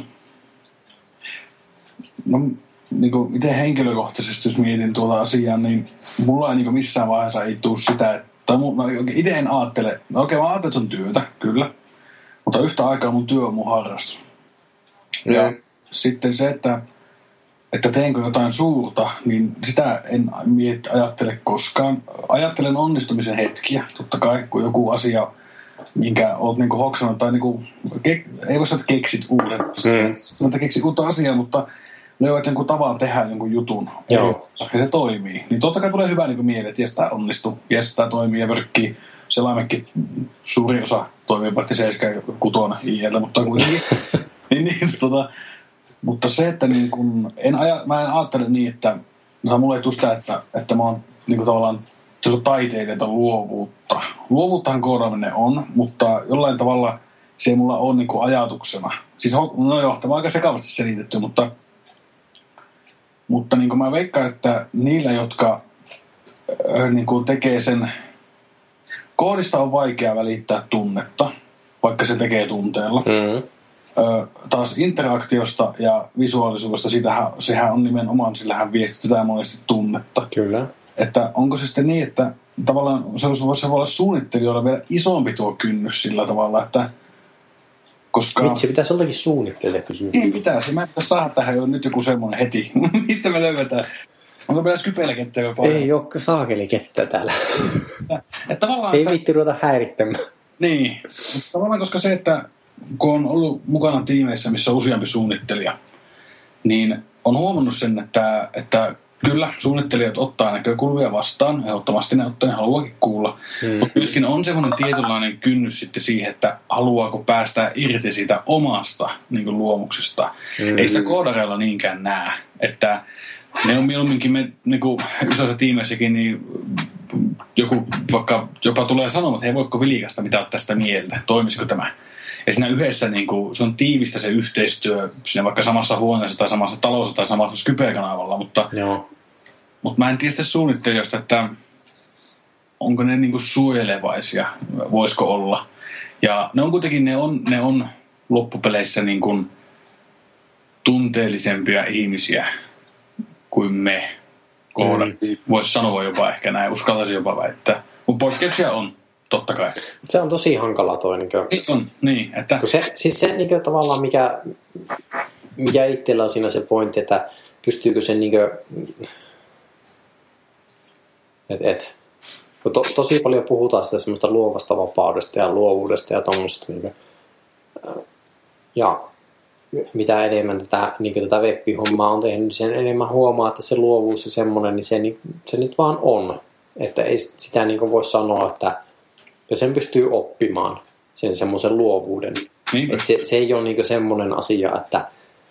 no itse henkilökohtaisesti, jos mietin tuota asiaa, niin mulla ei missään vaiheessa ei tule sitä, että itse en ajattele, mä ajattelen, että se on työtä, kyllä, mutta yhtä aikaa mun työ on mun harrastus. Ja sitten se, että teenkö jotain suurta, niin sitä en ajattele koskaan. Ajattelen onnistumisen hetkiä, totta kai, kun joku asia, minkä olet hoksannut, tai ei voi sanoa, että keksit uuden. Mutta keksit uutta asiaa, mutta löydät jonkun tavan tehdä jonkun jutun. Joo. Ja se toimii. Niin totta kai tulee hyvä mieli, että jes, tämä onnistuu, jes, tämä toimii ja vörkkii. Selaimekin suuri osa toimii, paitsi 7 ja 6 IEltä, mutta kuitenkin. Mutta se, että mä en ajattele niin, että mulla ei tule sitä, että mä oon tavallaan taiteilijoita luovuutta. Luovuuttahan koodaaminen on, mutta jollain tavalla se ei mulla ole ajatuksena. Siis no joo, tämä on aika sekavasti selitetty, mutta mä veikkaan, että niillä, jotka tekee sen, koodista on vaikea välittää tunnetta, vaikka se tekee tunteella. Mm-hmm. Taas interaktiosta ja visuaalisuudesta, sehän on nimenomaan, sillähän viestitetään monesti tunnetta. Kyllä. Että onko se sitten niin, että tavallaan se voi olla suunnittelijoilla vielä isompi tuo kynnys sillä tavalla, että koska... Vitsi, pitäisi jollakin suunnittelija kysyä. Niin pitäisi. Mä pitäisi saada tähän jo nyt joku semmoinen heti. Mistä me löydetään? Onko meillä skypeiläkettä jo paljon? Ei ole saakelikettä täällä. Tavallaan, ei viitti ruveta häirittämään. Niin. Tavallaan koska se, että kun on ollut mukana tiimeissä, missä on useampi suunnittelija, niin on huomannut sen, että kyllä suunnittelijat ottaa näkökulmia vastaan. Ehdottomasti ne haluakin kuulla. Mutta myöskin on semmoinen tietynlainen kynnys sitten siihen, että haluaako päästää irti siitä omasta luomuksesta. Ei sitä koodareilla niinkään näe. Että ne on mieluumminkin me isoissa tiimeissäkin, niin joku vaikka jopa tulee sanomaan, että hei, voitko Vilikasta, mitä olet tästä mieltä? Toimisiko tämä? Ja siinä yhdessä se on tiivistä se yhteistyö siinä vaikka samassa huoneessa tai samassa talossa tai samassa Skype-kanavalla, mutta mä en tiedä sitten suunnittelijoista, että onko ne suojelevaisia, voisiko olla. Ja ne on kuitenkin, ne on loppupeleissä tunteellisempia ihmisiä kuin me koodat. Voisi sanoa jopa ehkä näin, uskaltaisin jopa väittää. Mutta poikkeuksia on. Totta kai. Se on tosi hankala toi. Niin, että... Siis se tavallaan, mikä itsellä on siinä se pointti, että pystyykö se tosi paljon puhutaan sitä semmoista luovasta vapaudesta ja luovuudesta ja tommoista. Ja mitä enemmän tätä web-hommaa on tehnyt, niin sen enemmän huomaa, että se luovuus ja semmoinen, niin se nyt vaan on. Että ei sitä voi sanoa, että ja sen pystyy oppimaan, sen semmoisen luovuuden. Että se ei ole semmoinen asia, että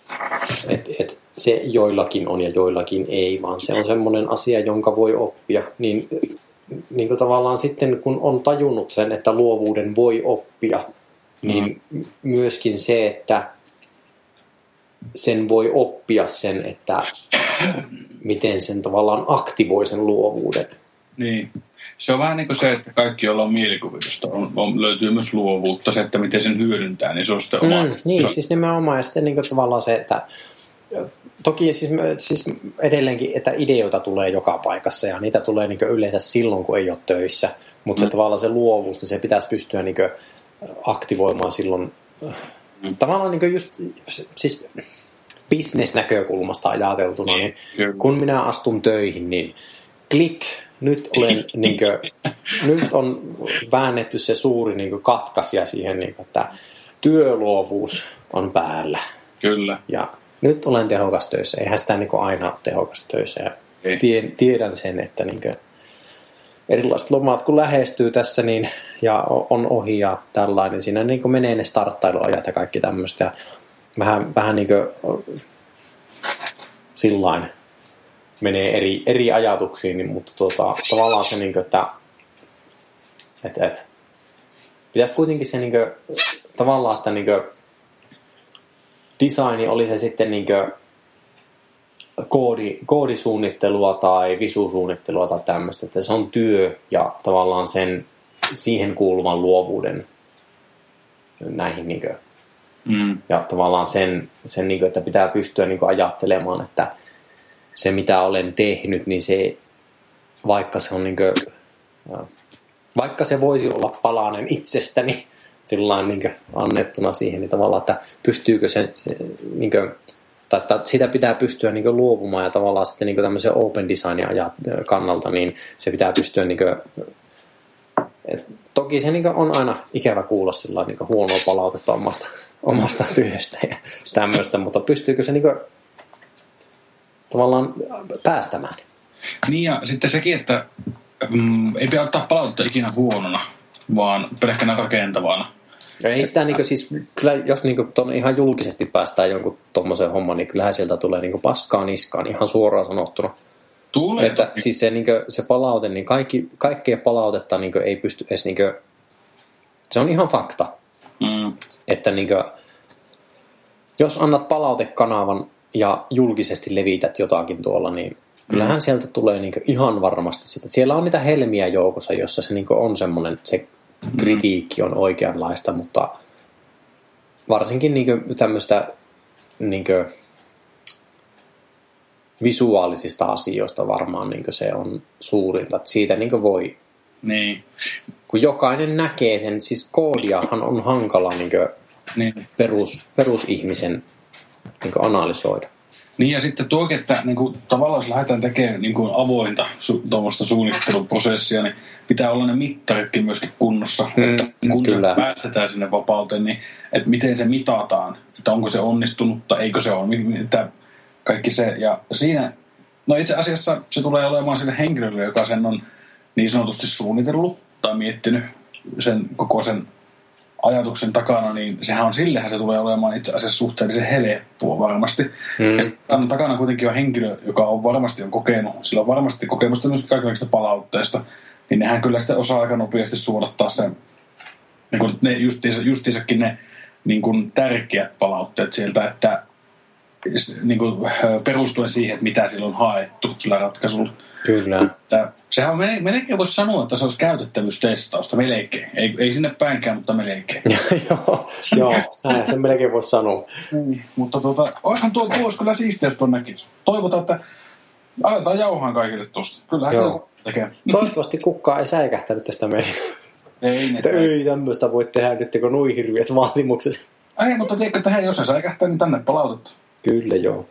se joillakin on ja joillakin ei, vaan se on semmoinen asia, jonka voi oppia. Niin tavallaan sitten, kun on tajunnut sen, että luovuuden voi oppia, niin myöskin se, että sen voi oppia että miten sen tavallaan aktivoi sen luovuuden. Niin. Se on vähän niin kuin se, että kaikki, joilla on mielikuvitusta, löytyy myös luovuutta. Se, että miten sen hyödyntää, niin se on sitten oma. Niin, siis nimenomaan. Ja sitten niin kuin tavallaan se, että toki siis edelleenkin, että ideoita tulee joka paikassa ja niitä tulee niin kuin yleensä silloin, kun ei ole töissä. Mutta se tavallaan se luovuus, niin se pitäisi pystyä niin kuin aktivoimaan silloin. Tavallaan niin kuin just siis business-näkökulmasta ajateltuna, niin kun minä astun töihin, niin klik, nyt on väännetty se suuri niin kuin katkaisija siihen, niin kuin, että työluovuus on päällä. Kyllä. Ja nyt olen tehokas töissä. Eihän sitä niin kuin aina ole tehokas töissä. Ja tiedän sen, että niin kuin erilaiset lomat kun lähestyy tässä niin, ja on ohi ja tällainen, niin siinä niin kuin menee ne starttailuajat ja kaikki tämmöistä. Ja vähän niin kuin sillain menee eri ajatuksiin, niin, mutta tavallaan se, niin kuin, että pitäisi kuitenkin se niin kuin, tavallaan, että niin kuin, designi oli se sitten niin kuin, koodisuunnittelua tai visusuunnittelua tai tämmöistä, että se on työ ja tavallaan siihen kuuluvan luovuuden näihin niin kuin, ja tavallaan sen niin kuin, että pitää pystyä niin kuin, ajattelemaan, että se mitä olen tehnyt, niin se vaikka se on niin kuin, vaikka se voisi olla palanen itsestäni sillain niin kuin annettuna siihen, niin tavallaan, että pystyykö se niin kuin, tai sitä pitää pystyä niin kuin luopumaan ja tavallaan sitten niin kuin tämmöisen open designin kannalta, niin se pitää pystyä niin kuin, toki se niin kuin on aina ikävä kuulla sillain niin kuin huonoa palautetta omasta työstä ja tämmöistä, mutta pystyykö se niin kuin tavallaan päästämään? Niin ja sitten sekin, että ei pidä ottaa palautetta ikinä huonona, vaan pelkkänä rakentavana. Ei sitä niinku siis, kyllä jos niinku ihan julkisesti päästään jonkun tommosen homman, niin kyllähän sieltä tulee niinku paskaa niskaan ihan suoraan sanottuna. Tulee. Että siis se palaute, niin kaikkea palautetta niinku ei pysty edes niinku, se on ihan fakta. Että niinku, jos annat palautekanavan ja julkisesti levität jotakin tuolla, niin kyllähän sieltä tulee niinku ihan varmasti sitä. Siellä on niitä helmiä joukossa, jossa se niinku on semmoinen, se kritiikki on oikeanlaista, mutta varsinkin niinku tämmöistä niinku visuaalisista asioista varmaan niinku se on suurinta. Että siitä niinku voi, niin. Kun jokainen näkee sen, siis koodiahan on hankala niinku perusihmisen niinku analysoida. Niin ja sitten tuokin, että niin kuin, tavallaan jos lähdetään tekemään niin kuin avointa tuommoista suunnitteluprosessia, niin pitää olla ne mittaritkin myöskin kunnossa. Että kun se päästetään sinne vapauteen, niin että miten se mitataan, että onko se onnistunut tai eikö se ole. Että kaikki se, ja siinä, no itse asiassa se tulee olemaan sille henkilölle, joka sen on niin sanotusti suunnitellut tai miettinyt sen koko sen ajatuksen takana, niin sillehän se tulee olemaan itse asiassa suhteellisen helppoa varmasti. Ja sitten takana kuitenkin on henkilö, joka on varmasti kokenut, sillä on varmasti kokemusta myös kaikenlaisista palautteista, niin nehän kyllä sitten osaa aika nopeasti suodattaa sen, niin kuin ne justiinsakin ne niin kuin tärkeät palautteet sieltä, että niin kuin perustuen siihen, että mitä sillä on haettu sillä ratkaisulla. Kyllä. Että sehän on melkein voisi sanoa, että se olisi käytettävyystestausta, melkein. Ei sinne päinkään, mutta melkein. Joo, näin sen melkein voisi sanoa. Niin, mutta olisihan tuo kyllä siistiä, jos tuon näkisi. Toivotaan, että aletaan jauhaan kaikille tuosta. Kyllähän se tekee. Toivottavasti kukaan ei säikähtänyt tästä meidän. Ei tämmöistä voi tehdä nyt, kun nui hirviät vaatimukset. Ei, mutta tiedätkö, että hei, jos se säikähtää, niin tänne palautetta. Kyllä, joo.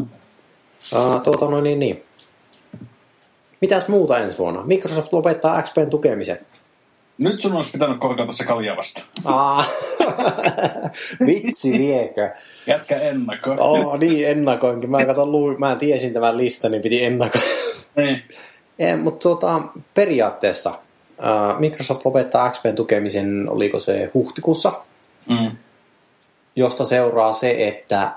Niin. Mitäs muuta ensi vuonna? Microsoft lopettaa XPn tukemisen. Nyt sun olisi pitänyt korkata se kalja vasta. Vitsi viekö? Jätkä ennakoi. Niin ennakoinkin. Mä tiesin tämän listan, niin piti ennakoida. Niin. Mutta periaatteessa Microsoft lopettaa XPn tukemisen, oliko se huhtikuussa? Josta seuraa se, että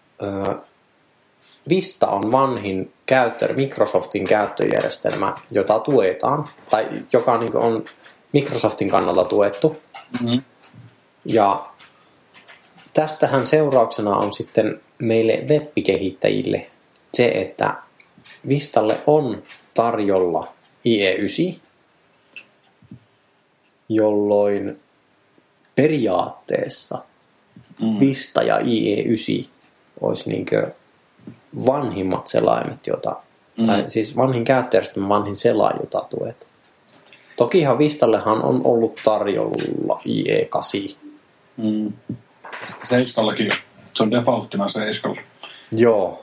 Vista on vanhin Microsoftin käyttöjärjestelmä, jota tuetaan, tai joka niin kuin on Microsoftin kannalta tuettu. Ja tästähän seurauksena on sitten meille web-kehittäjille se, että Vistalle on tarjolla IE9, jolloin periaatteessa Vista ja IE9 olisi niinkö vanhimmat selaimet, tai siis vanhin käyttöjärjestelmä, vanhin selain, jota tuetaan. Tokihan Vistallehan on ollut tarjolla IE8. 7:llakin. Se on defaulttina 7:lla. Joo,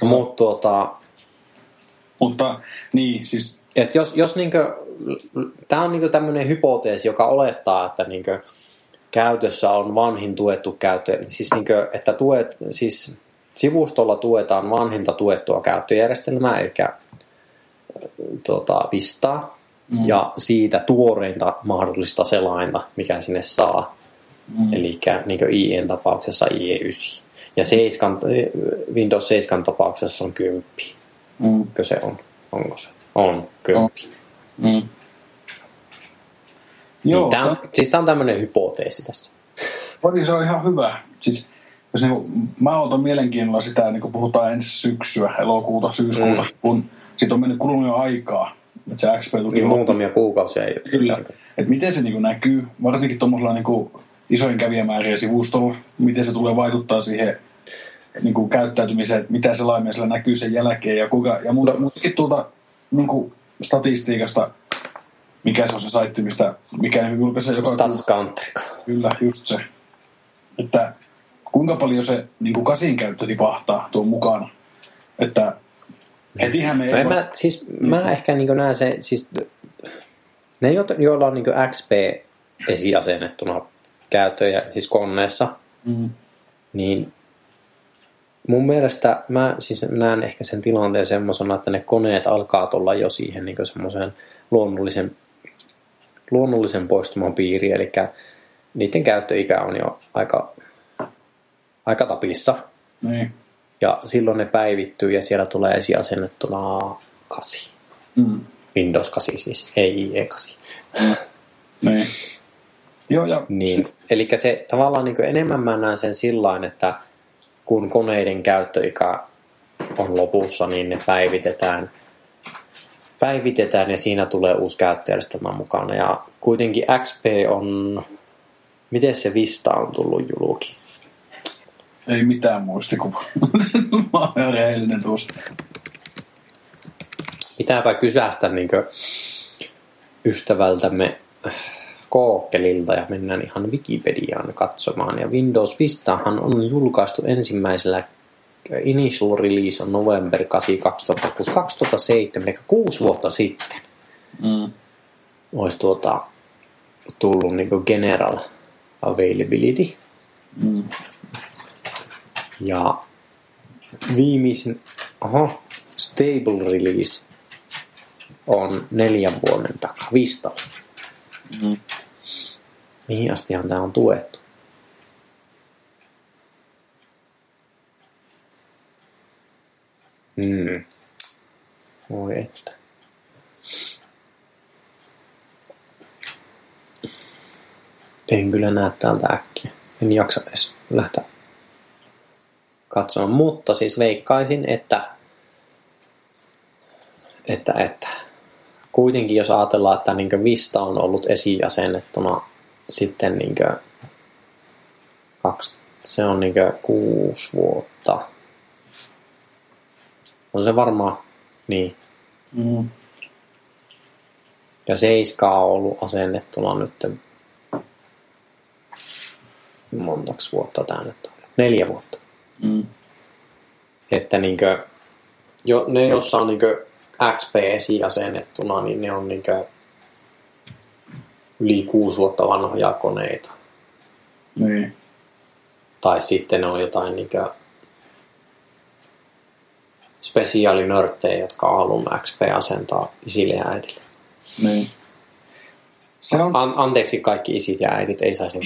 mutta niin, siis... Et jos niinkö, tää on niinkö tämmönen hypoteesi, joka olettaa, että niinkö käytössä on vanhin tuettu käyttö, siis niinkö, että siis sivustolla tuetaan vanhinta tuettua käyttöjärjestelmää, eli Vistaa, ja siitä tuoreinta mahdollista selainta, mikä sinne saa, eli niinkö IEn tapauksessa IE9. Ja Windows 7 tapauksessa on 10. Kö se on? Onko se? On 10. Joo, siis tämä on tämmöinen hypoteesi tässä. Se on ihan hyvä. Siis, jos mä otan mielenkiinnolla sitä, niin kun puhutaan ensi syksyä, elokuuta, syyskuuta, kun siitä on mennyt kulunut jo aikaa. Että se XP tuli muutamia kuukausia ei. Kyllä. Että miten se niin näkyy, varsinkin tuommoisella niin isojen kävijämäärien sivustolla, miten se tulee vaikuttaa siihen niin käyttäytymiseen, että mitä selaimella näkyy sen jälkeen ja muutenkin tuolta niin statistiikasta, mikä se on se saitti, mikä julkaisee joka StatsCounter. Kyllä, just se. Että kuinka paljon se niin kasin käyttö tipahtaa tuon mukana. Että hetihän me ei mä ehkä niin näen se, siis ne, joilla on niin XP esiasennettuna käyttöjä, siis koneessa, niin mun mielestä mä siis näen ehkä sen tilanteen semmoisena, että ne koneet alkaa tulla jo siihen niin semmoiseen luonnollisen poistuman piiriin, eli niiden käyttöikä on jo aika tapissa. Niin. Ja silloin ne päivittyy ja siellä tulee esiasennettuna 8. Windows 8 siis, ei IE8. Niin. Joo, ja niin. Eli se tavallaan niin enemmän mä näen sen sillain, että kun koneiden käyttöikä on lopussa, niin ne päivitetään ja siinä tulee uusi käyttöjärjestelmä mukana. Ja kuitenkin XP on, miten se Vista on tullut julki? Ei mitään muistikuvaa. Mä oon ihan rehellinen tuossa. Pitääpä kysästä niin ystävältämme Kookkelilta ja mennään ihan Wikipediaan katsomaan. Ja Windows Vistahan on julkaistu ensimmäisellä initial release on November 8 2006 2007, eli 6 vuotta sitten. Olisi tullut niin general availability. Ja viimeisin stable release on 4 vuoden takaa Vistalla. Mihin astihan tämä on tuettu? Voi että. En kyllä näe täältä äkkiä. En jaksa edes lähteä katsomaan. Mutta siis veikkaisin, että kuitenkin jos ajatellaan, että niin Vista on ollut esiasennettuna sitten niin se on niin 6 vuotta. On se varmaan niin. Ja 7 on ollut asennettuna nyt montaks vuotta tää nyt on? 4 vuotta. Että niinkö ne jossa on niinkö XP esiasennettuna, niin ne on niinkö yli 6 vuotta vanhoja koneita. Niin. Tai sitten ne on jotain niinkö spesiaalinörttejä, jotka on halunnut XP asentaa isille ja äitille. Niin. Se on... Anteeksi kaikki isit ja äitit, ei saisi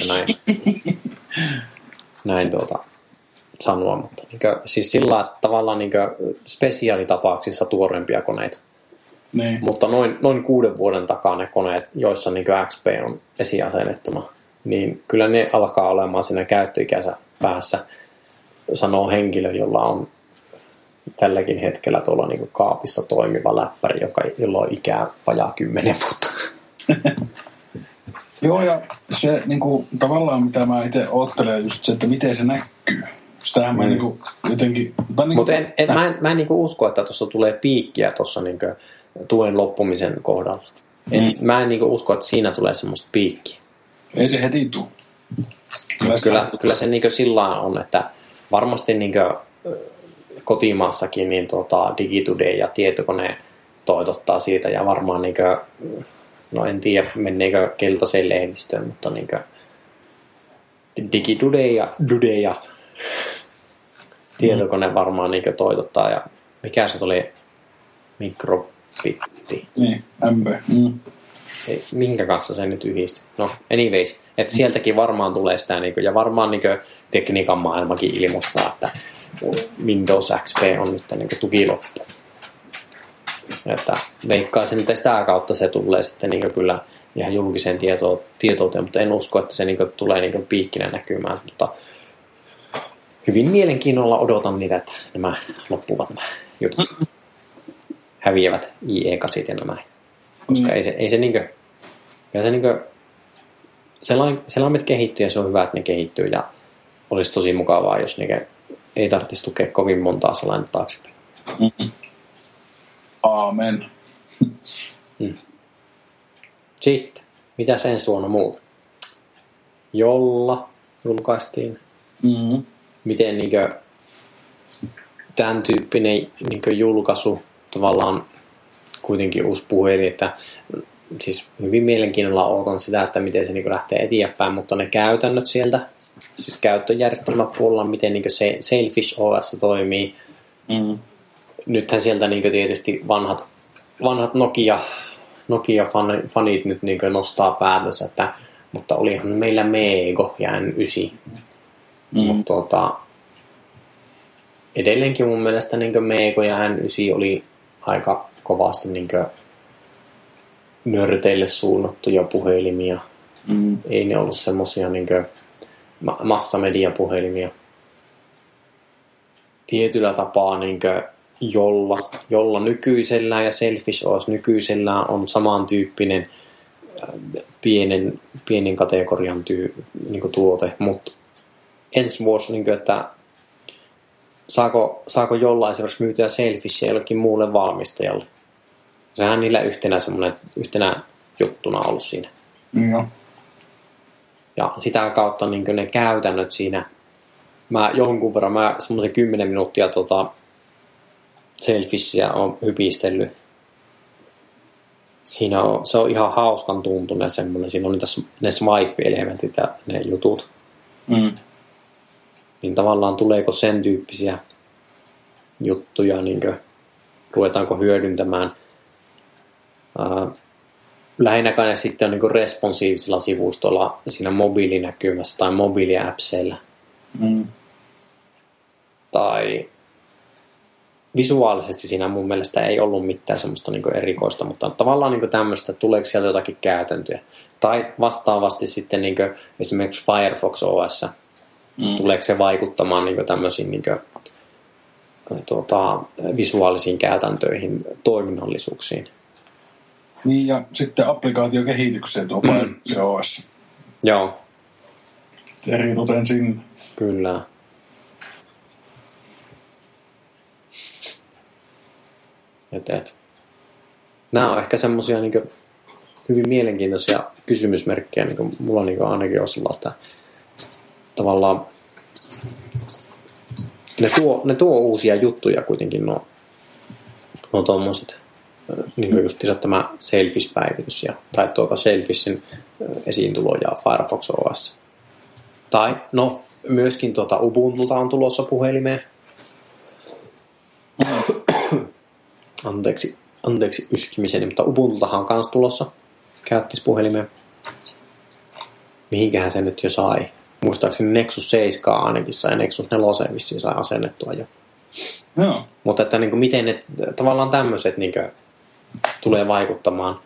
näin sanoa, mutta siis sillä tavalla spesiaalitapauksissa tuorempia koneita. Niin. Mutta noin 6 vuoden takaa ne koneet, joissa XP on esiasennettuna, niin kyllä ne alkaa olemaan siinä käyttöikänsä päässä, sanoo henkilö, jolla on tälläkin hetkellä tuolla kaapissa toimiva läppäri, jolla on ikää vajaa 10 vuotta. Joo, ja se niinku, tavallaan mitä mä itse oottelen just se, että miten se näkyy. Sitähän mä niinku, jotenkin... Mutta mä en niinku usko, että tuossa tulee piikkiä tuossa niinku tuen loppumisen kohdalla. Mä en niinku usko, että siinä tulee semmoista piikkiä. Ei se heti tule. Kyllä se niinku sillä on, että varmasti niinku kotimaassakin niin Digitoday ja tietokone toitottaa siitä ja varmaan niinku, no en tiedä menneekö keltaiseen lehdistöön, mutta niinku Digitoday ja Dude ja tietokone varmaan niinku toitottaa ja mikä se tuli mikrobitti. Niin, MP. Ei, minkä kanssa se nyt yhdistyy? No, anyways, että sieltäkin varmaan tulee sitä, niin kuin, ja varmaan niin kuin, tekniikan maailmakin ilmoittaa, että Windows XP on nyt niin kuin, tuki loppu. Että veikkaisin, että sitä kautta se tulee sitten niin kuin, kyllä ihan julkiseen tietouteen, mutta en usko, että se niin kuin, tulee niin kuin, piikkinä näkymään, mutta hyvin mielenkiinnolla odotan niitä, että nämä loppuvat nämä jutut. Häviävät IE8 ja nämä. Koska ei se niinkö... Ja se niinkö... Selaimet kehittyy ja se on hyvä, että ne kehittyy. Ja olisi tosi mukavaa, jos ne ei tarvitsisi tukea kovin montaa selainta taaksepäin. Aamen. Sitten, mitä sen suona muuta? Jolla julkaistiin. Miten niinkö... Tämän tyyppinen niinkö julkaisu tavallaan... kuitenkin uusi puhelin, että siis hyvin mielenkiinnolla odotan sitä, että miten se niin lähtee eteenpäin, mutta ne käytännöt sieltä, siis käyttöjärjestelmäpuolella, miten niin se Sailfish OS toimii. Nythän sieltä niin tietysti vanhat Nokia-fanit nyt niin nostaa päätönsä, että, mutta olihan meillä Meego ja N9. Mutta edelleenkin mun mielestä niin Meego ja N9 oli aika kovasti niinkö nörteille suunnattuja puhelimia. Ei ne ollut semmosia niinkö massamediapuhelimia. Tietyllä tapaa niinkö jolla nykyisellään ja Selfish OS nykyisellään on samantyyppinen pienen kategorian niinkö tuote, mutta ensi vuosi niinkö, että saako jollain esimerkiksi myytyä Selfishia jollekin muulle valmistajalle? Sehän niillä yhtenä juttuna ollut siinä. Ja sitä kautta niin ne käytännöt siinä. Mä jonkun verran, semmoisen 10 minuuttia Selfishia on hypistellyt. Se on ihan hauskan tuntunen semmoinen. Siinä on ne swipe-elementit ja ne jutut. Niin tavallaan tuleeko sen tyyppisiä juttuja, niin kuin, ruvetaanko hyödyntämään. Lähinnä kai ne sitten on niin responsiivisilla sivustolla siinä mobiilinäkymässä tai mobiiliäpseillä. Tai visuaalisesti siinä mun mielestä ei ollut mitään semmoista niin erikoista, mutta tavallaan niin tämmöistä, että tuleeko sieltä jotakin käytäntöjä. Tai vastaavasti sitten niin esimerkiksi Firefox OS. Tuleeko se vaikuttamaan niin tämmöisiin niin visuaalisiin käytäntöihin, toiminnallisuuksiin. Niin, ja sitten applikaatiokehitykseen tuo Firefox OS. Joo. Eritoten sinne. Kyllä. Nämä on ehkä semmosia niin hyvin mielenkiintoisia kysymysmerkkejä, niin mulla niin ainakin on sellaista, tavallaan ne tuo uusia juttuja kuitenkin nuo tommoset, niin kuin justiinsa tämä Selfish-päivitys tai Selfishin esiintulo ja Firefox OS. Tai no myöskin Ubuntulta on tulossa puhelimeen. Anteeksi yskimiseni, mutta Ubuntultahan on kans tulossa käyttispuhelimeen. Mihinkähän se nyt jo sai? Muistaakseni Nexus 7 ainakin sai, Nexus 4 vissiin sai asennettua jo. No. Mutta että niin kuin miten ne tavallaan tämmöiset niin kuin tulee vaikuttamaan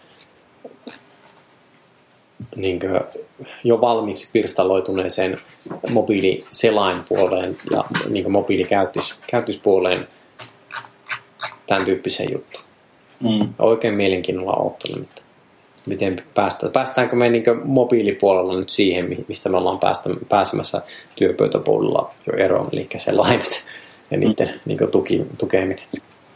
niin kuin jo valmiiksi pirstaloituneeseen mobiiliselainpuoleen ja niin kuin mobiilikäyttöspuoleen tämän tyyppiseen juttuun. Oikein mielenkiinnolla oottelen. miten päästäänkö me niin mobiilipuolella nyt siihen, mistä me ollaan pääsemässä työpöytäpuolella jo eroon, eli se lainat ja niiden niin tukeminen.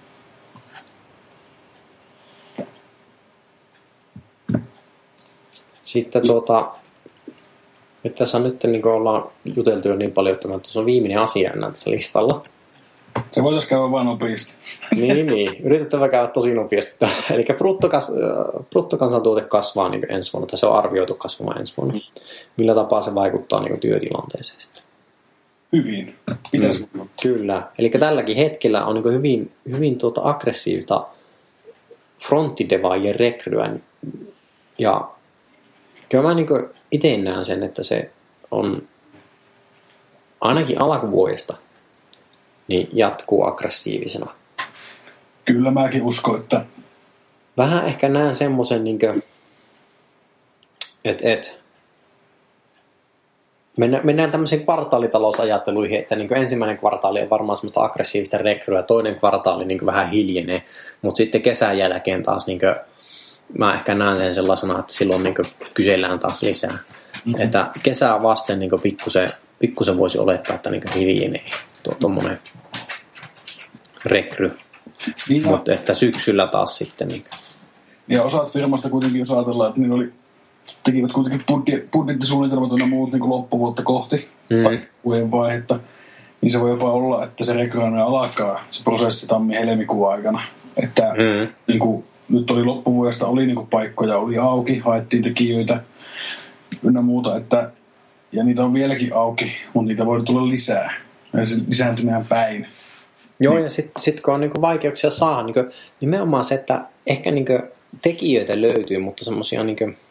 Sitten nyt tässä nyt niin ollaan juteltu jo niin paljon, että tuossa on viimeinen asia enää tässä listalla. Se voitaisiin käydä vaan nopeasti. niin. Yritetään käydä tosi nopeasti. Eli bruttokansantuote kasvaa niin ensi vuonna, tai se on arvioitu kasvamaan ensi vuonna. Millä tapaa se vaikuttaa niin työtilanteeseen sitten? Hyvin. Pitäisi Kyllä. Eli tälläkin hetkellä on niin hyvin aggressiivista fronttidevaajien rekryä. Ja kyllä mä niin itse näen sen, että se on ainakin alkuvuodesta niin jatkuu aggressiivisena. Kyllä mäkin uskon, että vähän ehkä näen semmoisen, että mennään tämmöisiin kvartaalitalousajatteluihin, että ensimmäinen kvartaali on varmaan semmoista aggressiivista rekryä, toinen kvartaali vähän hiljenee, mutta sitten kesän jälkeen taas mä ehkä näen sen sellaisena, että silloin kysellään taas lisää. Mm-hmm. Että kesää vasten pikkusen voisi olettaa, että hiljenee tuommoinen rekry. Niin mutta että syksyllä taas sitten. Ja osat firmasta kuitenkin, jos ajatellaan, että ne tekivät kuitenkin budjettisuunnitelmat ja muut loppuvuotta kohti vuoden vaihetta, niin se voi jopa olla, että se rekryäminen alkaa se prosessi tammi-helmikuun aikana. Että nyt oli loppuvuodesta oli paikkoja oli auki, haettiin tekijöitä ynnä muuta, ja niitä on vieläkin auki, mutta niitä voi tulla lisää. Ja se lisääntymään päin. Joo, ja sitten kun on vaikeuksia saada, nimenomaan se, että ehkä tekijöitä löytyy, mutta semmoisia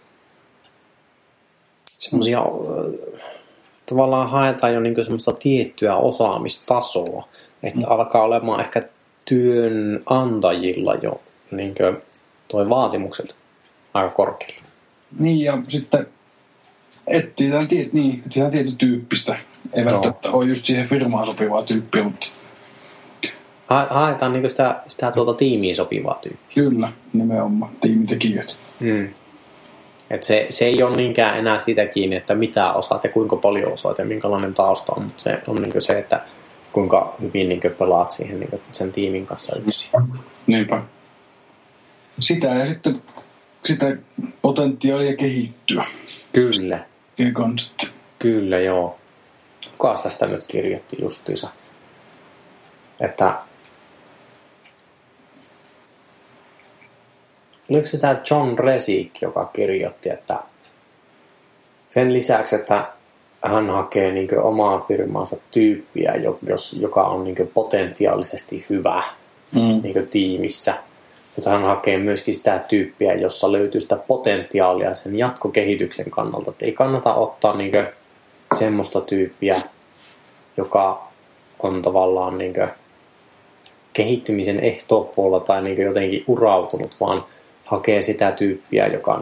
tavallaan haetaan jo semmoista tiettyä osaamistasoa, että alkaa olemaan ehkä työnantajilla jo toi vaatimukset aika korkealla. Niin, ja sitten etsitään tietyn tyyppistä. Ei välttämättä ole just siihen firmaan sopivaa tyyppiä, mutta haetaan sitä tiimiin sopivaa tyyppiä. Kyllä, nimenomaan tiimitekijät. Et se ei ole niinkään enää sitä kiinni, että mitä osaat ja kuinka paljon osaat ja minkälainen tausta on, mutta se on se, että kuinka hyvin pelaat siihen sen tiimin kanssa yksin. Niinpä. Sitä ja sitten sitä potentiaalia kehittyä. Kyllä. Konsepti. Kyllä, joo. Kukas tästä nyt kirjoitti justiinsa? Että oliko se tämä John Resig, joka kirjoitti, että sen lisäksi, että hän hakee omaan firmaansa tyyppiä, joka on potentiaalisesti hyvä tiimissä, mutta hän hakee myöskin sitä tyyppiä, jossa löytyy sitä potentiaalia sen jatkokehityksen kannalta. Et ei kannata ottaa semmoista tyyppiä, joka on tavallaan kehittymisen ehtoopuolella tai jotenkin urautunut, vaan hakee sitä tyyppiä, joka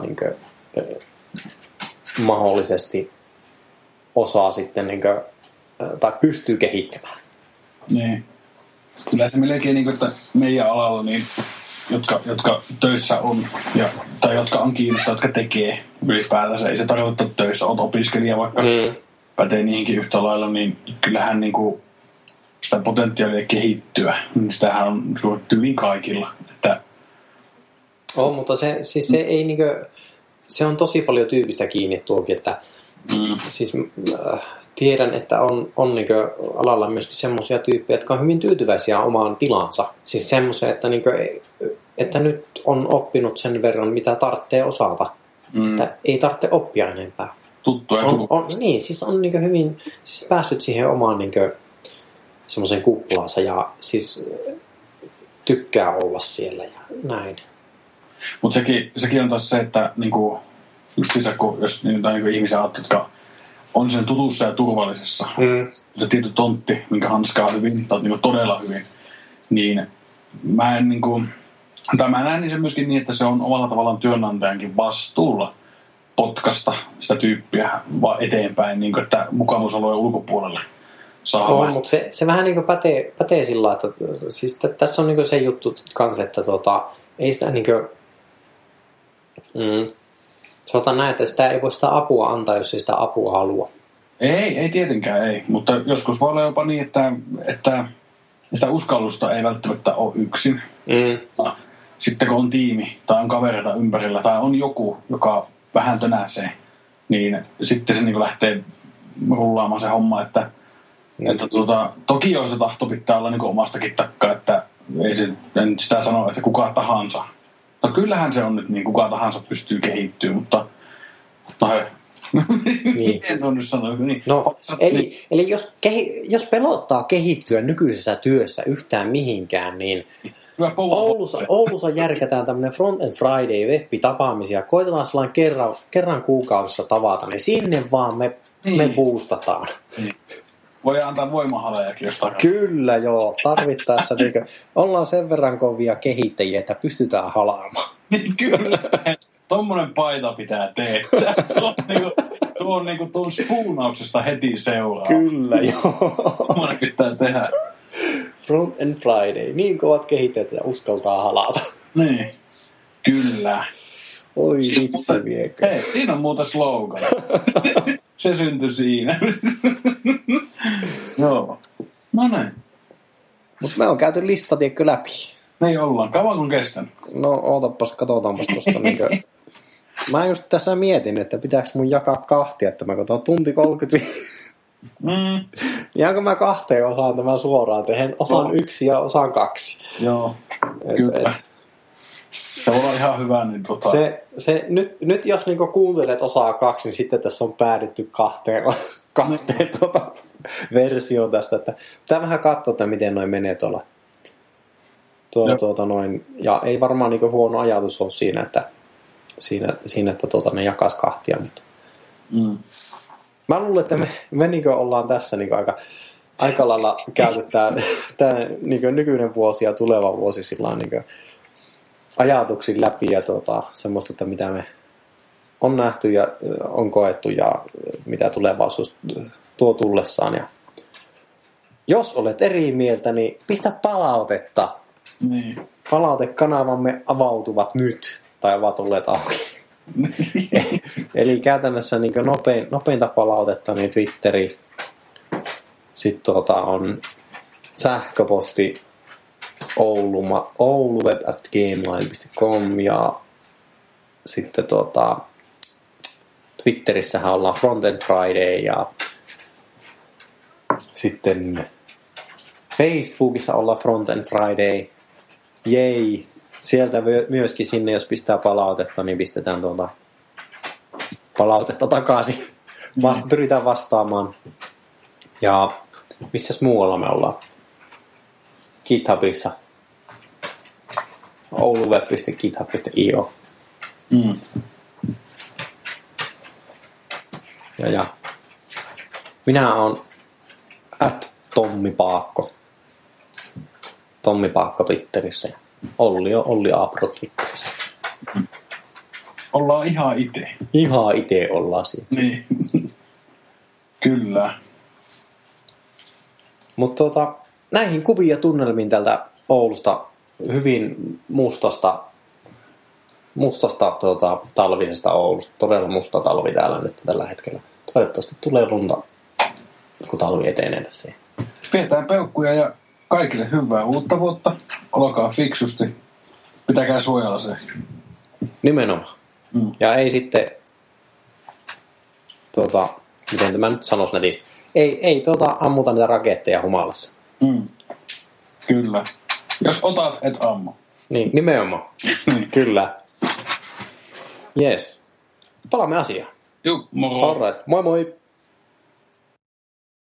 mahdollisesti osaa sitten tai pystyy kehittämään. Niin. Kyllä se melkein että meidän alalla jotka töissä on tai jotka on kiinnostaa, jotka tekee ylipäätänsä. Ei se tarkoita, että töissä olet opiskelija, vaikka pätee niihinkin yhtä lailla, niin kyllähän sitä potentiaalia kehittyä, niin sitähän on tyyliin kaikilla. Että mutta se ei se on tosi paljon tyypistä kiinni tuokin, että siis tiedän, että on alalla myöskin semmoisia tyyppejä, jotka on hyvin tyytyväisiä omaan tilansa. Siis semmoisia, että nyt on oppinut sen verran, mitä tarvitsee osata. Että ei tarvitse oppia enempää. Tuttua ja niin, siis on hyvin siis päässyt siihen omaan semmoisen kuppulaansa ja siis tykkää olla siellä ja näin. Mutta sekin on taas se, että justiinsa, jos ihmisiä ajattelee, jotka on sen tutussa ja turvallisessa, se tietty tontti, minkä hanskaa hyvin, tai todella hyvin, niin mä näen sen myöskin niin, että se on omalla tavallaan työnantajankin vastuulla potkasta sitä tyyppiä vaan eteenpäin, että mukavuusalueen ulkopuolelle saa. Mutta se vähän pätee sillä, että siis tässä on se juttu kanssa, että ei sitä Sanotaan näin, että sitä ei voi sitä apua antaa, jos ei sitä apua halua. Ei tietenkään ei, mutta joskus voi olla jopa niin, että sitä uskallusta ei välttämättä ole yksin. Sitten kun on tiimi tai on kavereita ympärillä tai on joku, joka vähän tönäsee, niin sitten se niin lähtee rullaamaan se homma, että toki jos se tahto pitää olla niin omastakin takkaa, että en sitä sano, että kuka tahansa. No kyllähän se on nyt niin, kuka tahansa pystyy kehittyä, mutta miten tuon nyt sanoa? Niin, eli jos pelottaa kehittyä nykyisessä työssä yhtään mihinkään, niin Oulussa järkätään tämmöinen Front and Friday web-tapaamisia. Koitetaan sellainen kerran kuukaudessa tavata, niin sinne vaan me boostataan. Niin. Voi antaa voimahalejakin jostain. Kyllä joo, tarvittaessa ollaan sen verran kovia kehittäjiä, että pystytään halaamaan. Kyllä. Tommonen paita pitää tehdä. Tuo on niinku tuon spuunauksesta heti seuraa. Kyllä joo. Tommonen pitää tehdä. Front and Friday. Niin kovat kehittäjät ja uskaltaa halata. Niin. Kyllä. Oi vitsi viekö. Hei, siinä on muuta slogan. Se syntyi siinä. Joo. No näin. Mutta me on käyty lista, tiedätkö, läpi. Niin ollaan. Kauan kun kestän. No ootapas, katsotaanpas tosta. Mä just tässä mietin, että pitääkö mun jakaa kahtia, että mä katson tunti 30. Jäänkö mä kahteen osaan tämän suoraan? Tehen osan 1 ja osan 2. Joo, kyllä. Se voi olla ihan hyvä. Niin nyt jos niinku kuuntelet osaa 2, niin sitten tässä on päädytty kahteen versioon tästä. Että pitää vähän katsoa, että miten noin menee tuolla. Ja ei varmaan niinku huono ajatus ole siinä, että ne jakas kahtia. Mutta. Mä luulen, että me niinku ollaan tässä niinku aika lailla käyty tämä niinku nykyinen vuosi ja tuleva vuosi sillä niinku ajatuksin läpi ja semmoista, että mitä me on nähty ja on koettu ja mitä tulevaisuus tuo tullessaan. Ja jos olet eri mieltä, niin pistä palautetta. Niin. Palautekanavamme avautuvat nyt tai ovat olleet auki. Eli käytännössä niin nopeinta palautetta niin Twitteri. Sitten on sähköposti ouluweb@gmail.com ja sitten Twitterissähän ollaan Front and Friday ja sitten Facebookissa ollaan Front and Friday. Jei! Sieltä myöskin sinne, jos pistää palautetta, niin pistetään palautetta takaisin. Pyritään vastaamaan. Ja missäs muualla me ollaan? GitHubissa. ouluweb.github.io. Ja minä oon @Tommi Paakko Twitterissä. Olli Aapro Twitterissä. Ollaan ihan itse. Ihan itse ollaan siinä. Niin. Kyllä. Mutta näihin kuviin ja tunnelmiin tältä Oulusta hyvin mustasta talvisesta Oulusta. Todella musta talvi täällä nyt tällä hetkellä. Toivottavasti tulee lunta, kun talvi etenee tässä. Pidetään peukkuja ja kaikille hyvää uutta vuotta. Olkaa fiksusti. Pitäkää suojella se. Nimenomaan. Ja ei sitten miten tämä nyt sanoisi netisti. Ei ammuta niitä raketteja humalassa. Kyllä. Jos otat, et ammu. Niin, nimenomaan. Kyllä. Yes. Palaamme asiaan. Moro. Alright. Moi moi.